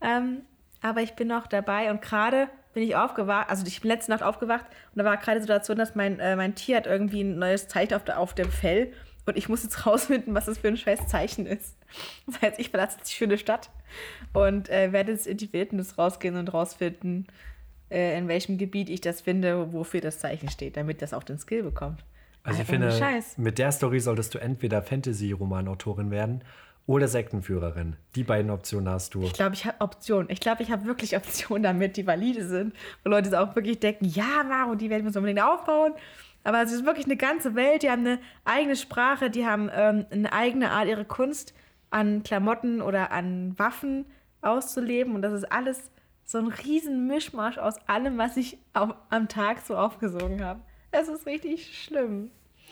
Aber ich bin noch dabei und gerade bin ich aufgewacht, also ich bin letzte Nacht aufgewacht und da war gerade die Situation, dass mein Tier hat irgendwie ein neues Zeichen auf dem Fell und ich muss jetzt rausfinden, was das für ein scheiß Zeichen ist. Das heißt, ich verlasse jetzt die schöne Stadt und werde jetzt in die Wildnis rausgehen und rausfinden, in welchem Gebiet ich das finde, wofür das Zeichen steht, damit das auch den Skill bekommt. Also ich finde, mit der Story solltest du entweder Fantasy-Roman-Autorin werden oder Sektenführerin. Die beiden Optionen hast du. Ich glaube, ich habe Optionen. Ich glaube, ich habe wirklich Optionen damit, die valide sind. Wo Leute auch wirklich denken, ja, Maro, die werden wir so unbedingt aufbauen. Aber es ist wirklich eine ganze Welt. Die haben eine eigene Sprache, die haben eine eigene Art, ihre Kunst an Klamotten oder an Waffen auszuleben. Und das ist alles so ein riesen Mischmasch aus allem, was ich am Tag so aufgesogen habe. Es ist richtig schlimm.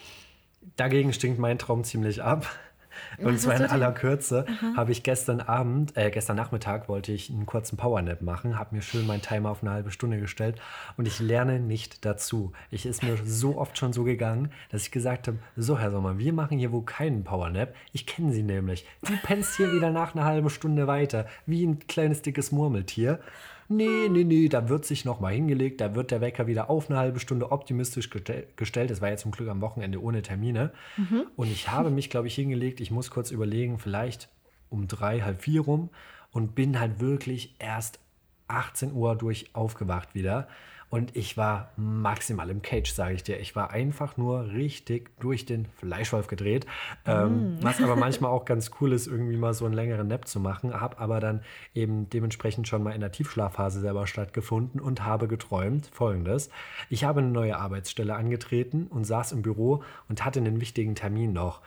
Dagegen stinkt mein Traum ziemlich ab. Und zwar in aller Kürze habe ich gestern Nachmittag wollte ich einen kurzen Powernap machen, habe mir schön meinen Timer auf eine halbe Stunde gestellt und ich lerne nicht dazu. Ich ist mir so oft schon so gegangen, dass ich gesagt habe, so Herr Sommer, wir machen hier wohl keinen Powernap. Ich kenne Sie nämlich. Du pennst hier wieder nach einer halben Stunde weiter, wie ein kleines dickes Murmeltier. Nee, da wird sich nochmal hingelegt, da wird der Wecker wieder auf eine halbe Stunde optimistisch gestellt. Das war ja zum Glück am Wochenende ohne Termine. Und ich habe mich, glaube ich, hingelegt, ich muss kurz überlegen, vielleicht um 3, halb 4 rum und bin halt wirklich erst 18 Uhr aufgewacht wieder. Und ich war maximal im Cage, sage ich dir. Ich war einfach nur richtig durch den Fleischwolf gedreht. Was aber manchmal auch ganz cool ist, irgendwie mal so einen längeren Nap zu machen. Habe aber dann eben dementsprechend schon mal in der Tiefschlafphase selber stattgefunden und habe geträumt Folgendes. Ich habe eine neue Arbeitsstelle angetreten und saß im Büro und hatte einen wichtigen Termin noch.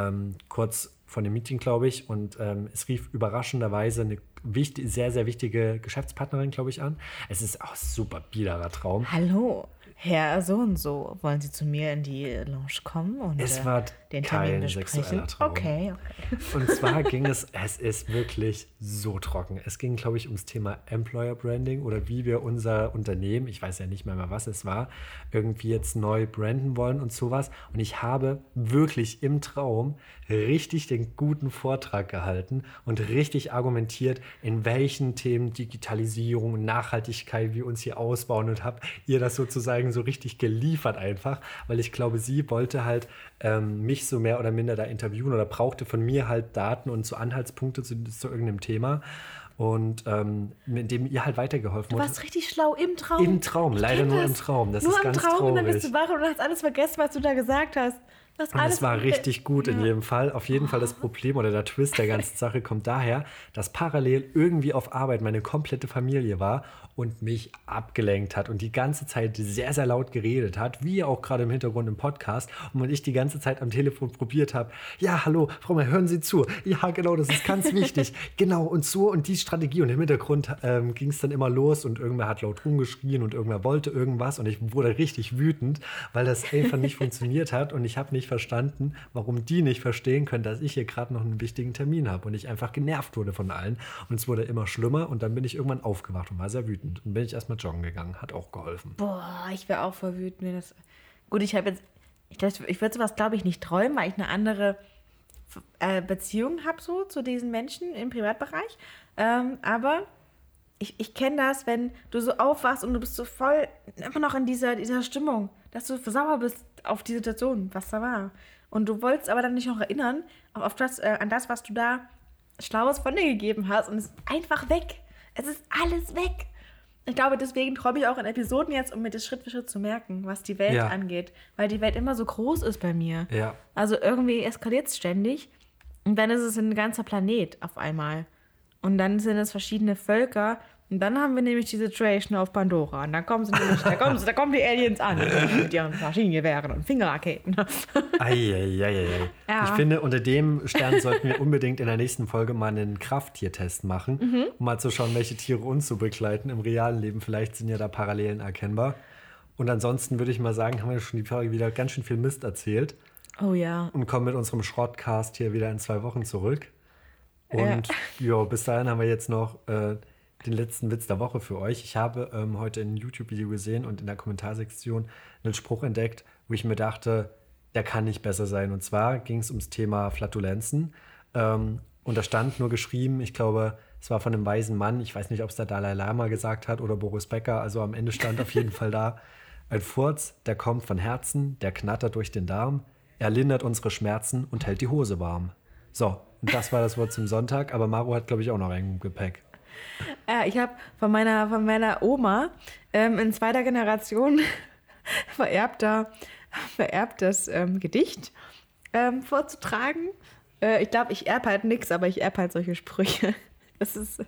Kurz von dem Meeting, glaube ich. Und es rief überraschenderweise eine sehr, sehr wichtige Geschäftspartnerin, glaube ich, an. Es ist auch ein super biederer Traum. Hallo, Herr so und so. Wollen Sie zu mir in die Lounge kommen und es war den Termin kein sexueller Traum. Okay. Und zwar ging es ist wirklich so trocken. Es ging, glaube ich, ums Thema Employer Branding oder wie wir unser Unternehmen, ich weiß ja nicht mehr was es war, irgendwie jetzt neu branden wollen und sowas. Und ich habe wirklich im Traum richtig den guten Vortrag gehalten und richtig argumentiert, in welchen Themen Digitalisierung und Nachhaltigkeit wir uns hier ausbauen und habe ihr das sozusagen so richtig geliefert einfach, weil ich glaube, sie wollte halt mich so mehr oder minder da interviewen oder brauchte von mir halt Daten und so Anhaltspunkte zu irgendeinem Thema. Und mit dem ihr halt weitergeholfen wurde. Du warst richtig schlau im Traum. Im Traum, leider nur im Traum. Das ist ganz traurig. Nur im Traum und dann bist du wach und hast alles vergessen, was du da gesagt hast. Was Und es war richtig gut in jedem Fall. Auf jeden Fall das Problem oder der Twist der ganzen Sache kommt daher, dass parallel irgendwie auf Arbeit meine komplette Familie war und mich abgelenkt hat und die ganze Zeit sehr, sehr laut geredet hat, wie auch gerade im Hintergrund im Podcast. Und ich die ganze Zeit am Telefon probiert habe, ja, hallo, Frau Meier, hören Sie zu. Ja, genau, das ist ganz wichtig. Genau, und so und die Strategie. Und im Hintergrund ging es dann immer los und irgendwer hat laut rumgeschrien und irgendwer wollte irgendwas und ich wurde richtig wütend, weil das einfach nicht funktioniert hat und ich habe nicht verstanden, warum die nicht verstehen können, dass ich hier gerade noch einen wichtigen Termin habe und ich einfach genervt wurde von allen und es wurde immer schlimmer und dann bin ich irgendwann aufgewacht und war sehr wütend und bin ich erstmal joggen gegangen, hat auch geholfen. Boah, ich wäre auch voll wütend. Gut, ich würde sowas, glaube ich, nicht träumen, weil ich eine andere Beziehung habe so zu diesen Menschen im Privatbereich, aber ich kenne das, wenn du so aufwachst und du bist so voll immer noch in dieser Stimmung, dass du sauer bist auf die Situation, was da war. Und du wolltest aber dann nicht noch erinnern an das, was du da Schlaues von dir gegeben hast. Und es ist einfach weg. Es ist alles weg. Ich glaube, deswegen träume ich auch in Episoden jetzt, um mir das Schritt für Schritt zu merken, was die Welt angeht. Weil die Welt immer so groß ist bei mir. Ja. Also irgendwie eskaliert es ständig. Und dann ist es ein ganzer Planet auf einmal. Und dann sind es verschiedene Völker. Und dann haben wir nämlich die Situation auf Pandora. Und dann kommen da kommen die Aliens an mit ihren Maschinengewehren und Fingerraketen. Eieieiei. Ja. Ich finde, unter dem Stern sollten wir unbedingt in der nächsten Folge mal einen Krafttiertest machen, um mal zu schauen, welche Tiere uns so begleiten im realen Leben. Vielleicht sind ja da Parallelen erkennbar. Und ansonsten würde ich mal sagen, haben wir schon die Folge wieder ganz schön viel Mist erzählt. Oh ja. Und kommen mit unserem Schrottcast hier wieder in 2 Wochen zurück. Und ja, bis dahin haben wir jetzt noch den letzten Witz der Woche für euch. Ich habe heute ein YouTube-Video gesehen und in der Kommentarsektion einen Spruch entdeckt, wo ich mir dachte, der kann nicht besser sein. Und zwar ging es ums Thema Flatulenzen. Und da stand nur geschrieben, ich glaube, es war von einem weisen Mann, ich weiß nicht, ob es der Dalai Lama gesagt hat oder Boris Becker, also am Ende stand auf jeden Fall da, ein Furz, der kommt von Herzen, der knattert durch den Darm, er lindert unsere Schmerzen und hält die Hose warm. So, und das war das Wort zum Sonntag, aber Maro hat, glaube ich, auch noch ein Gepäck. Ich habe von meiner Oma in 2. Generation vererbtes Gedicht vorzutragen. Ich glaube, ich erbe halt nichts, aber ich erbe halt solche Sprüche. Das ist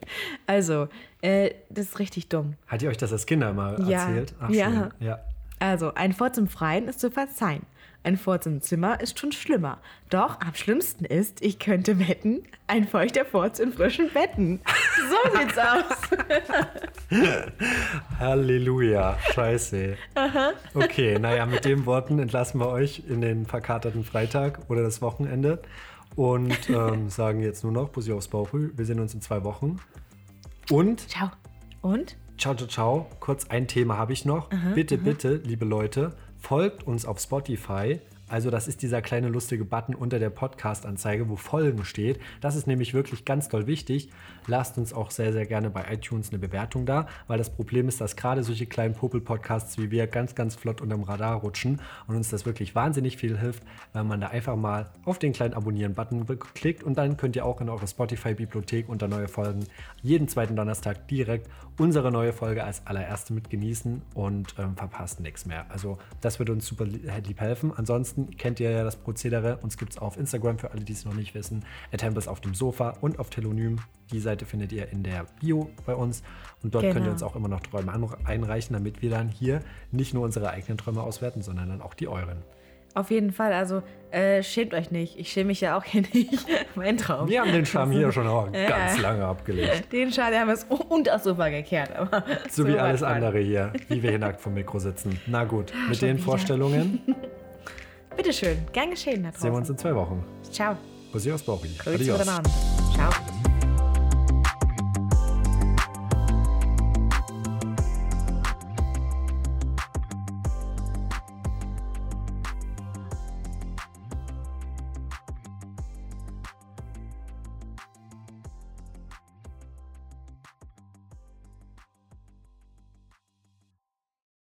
richtig dumm. Hat ihr euch das als Kinder mal erzählt? Ach, ja. Schön. Ja. Also, ein Furz im Freien ist zu verzeihen. Ein Furz im Zimmer ist schon schlimmer. Doch am schlimmsten ist, ich könnte wetten, ein feuchter Furz in frischen Betten. So sieht's aus. Halleluja. Scheiße. Aha. Okay, naja, mit den Worten entlassen wir euch in den verkaterten Freitag oder das Wochenende und sagen jetzt nur noch Bussi aufs Bauchhü. Wir sehen uns in 2 Wochen. Und? Ciao. Und? Ciao, ciao, ciao. Kurz ein Thema habe ich noch. Bitte, liebe Leute, folgt uns auf Spotify. Also das ist dieser kleine lustige Button unter der Podcast-Anzeige, wo Folgen steht. Das ist nämlich wirklich ganz doll wichtig. Lasst uns auch sehr, sehr gerne bei iTunes eine Bewertung da, weil das Problem ist, dass gerade solche kleinen Popel-Podcasts wie wir ganz, ganz flott unterm Radar rutschen und uns das wirklich wahnsinnig viel hilft, wenn man da einfach mal auf den kleinen Abonnieren-Button klickt und dann könnt ihr auch in eure Spotify-Bibliothek unter neue Folgen jeden 2. Donnerstag direkt unsere neue Folge als allererste mit genießen und verpasst nichts mehr. Also das würde uns super lieb helfen. Ansonsten kennt ihr ja das Prozedere. Uns gibt es auf Instagram für alle, die es noch nicht wissen. @Tempels auf dem Sofa und auf Telonym. Die Seite findet ihr in der Bio bei uns. Und dort könnt ihr uns auch immer noch Träume einreichen, damit wir dann hier nicht nur unsere eigenen Träume auswerten, sondern dann auch die euren. Auf jeden Fall, also schämt euch nicht. Ich schäme mich ja auch hier nicht. Mein Traum. Wir haben den Charme hier schon auch ganz lange abgelegt. Den Charme haben wir es unter das Sofa gekehrt. Aber so wie alles andere hier, wie wir hier nackt vom Mikro sitzen. Na gut, mit den Vorstellungen. Bitteschön, gern geschehen da draußen. Sehen wir uns in 2 Wochen. Ciao. Bussi aus Bauchi. Grüezi miteinander. Ciao.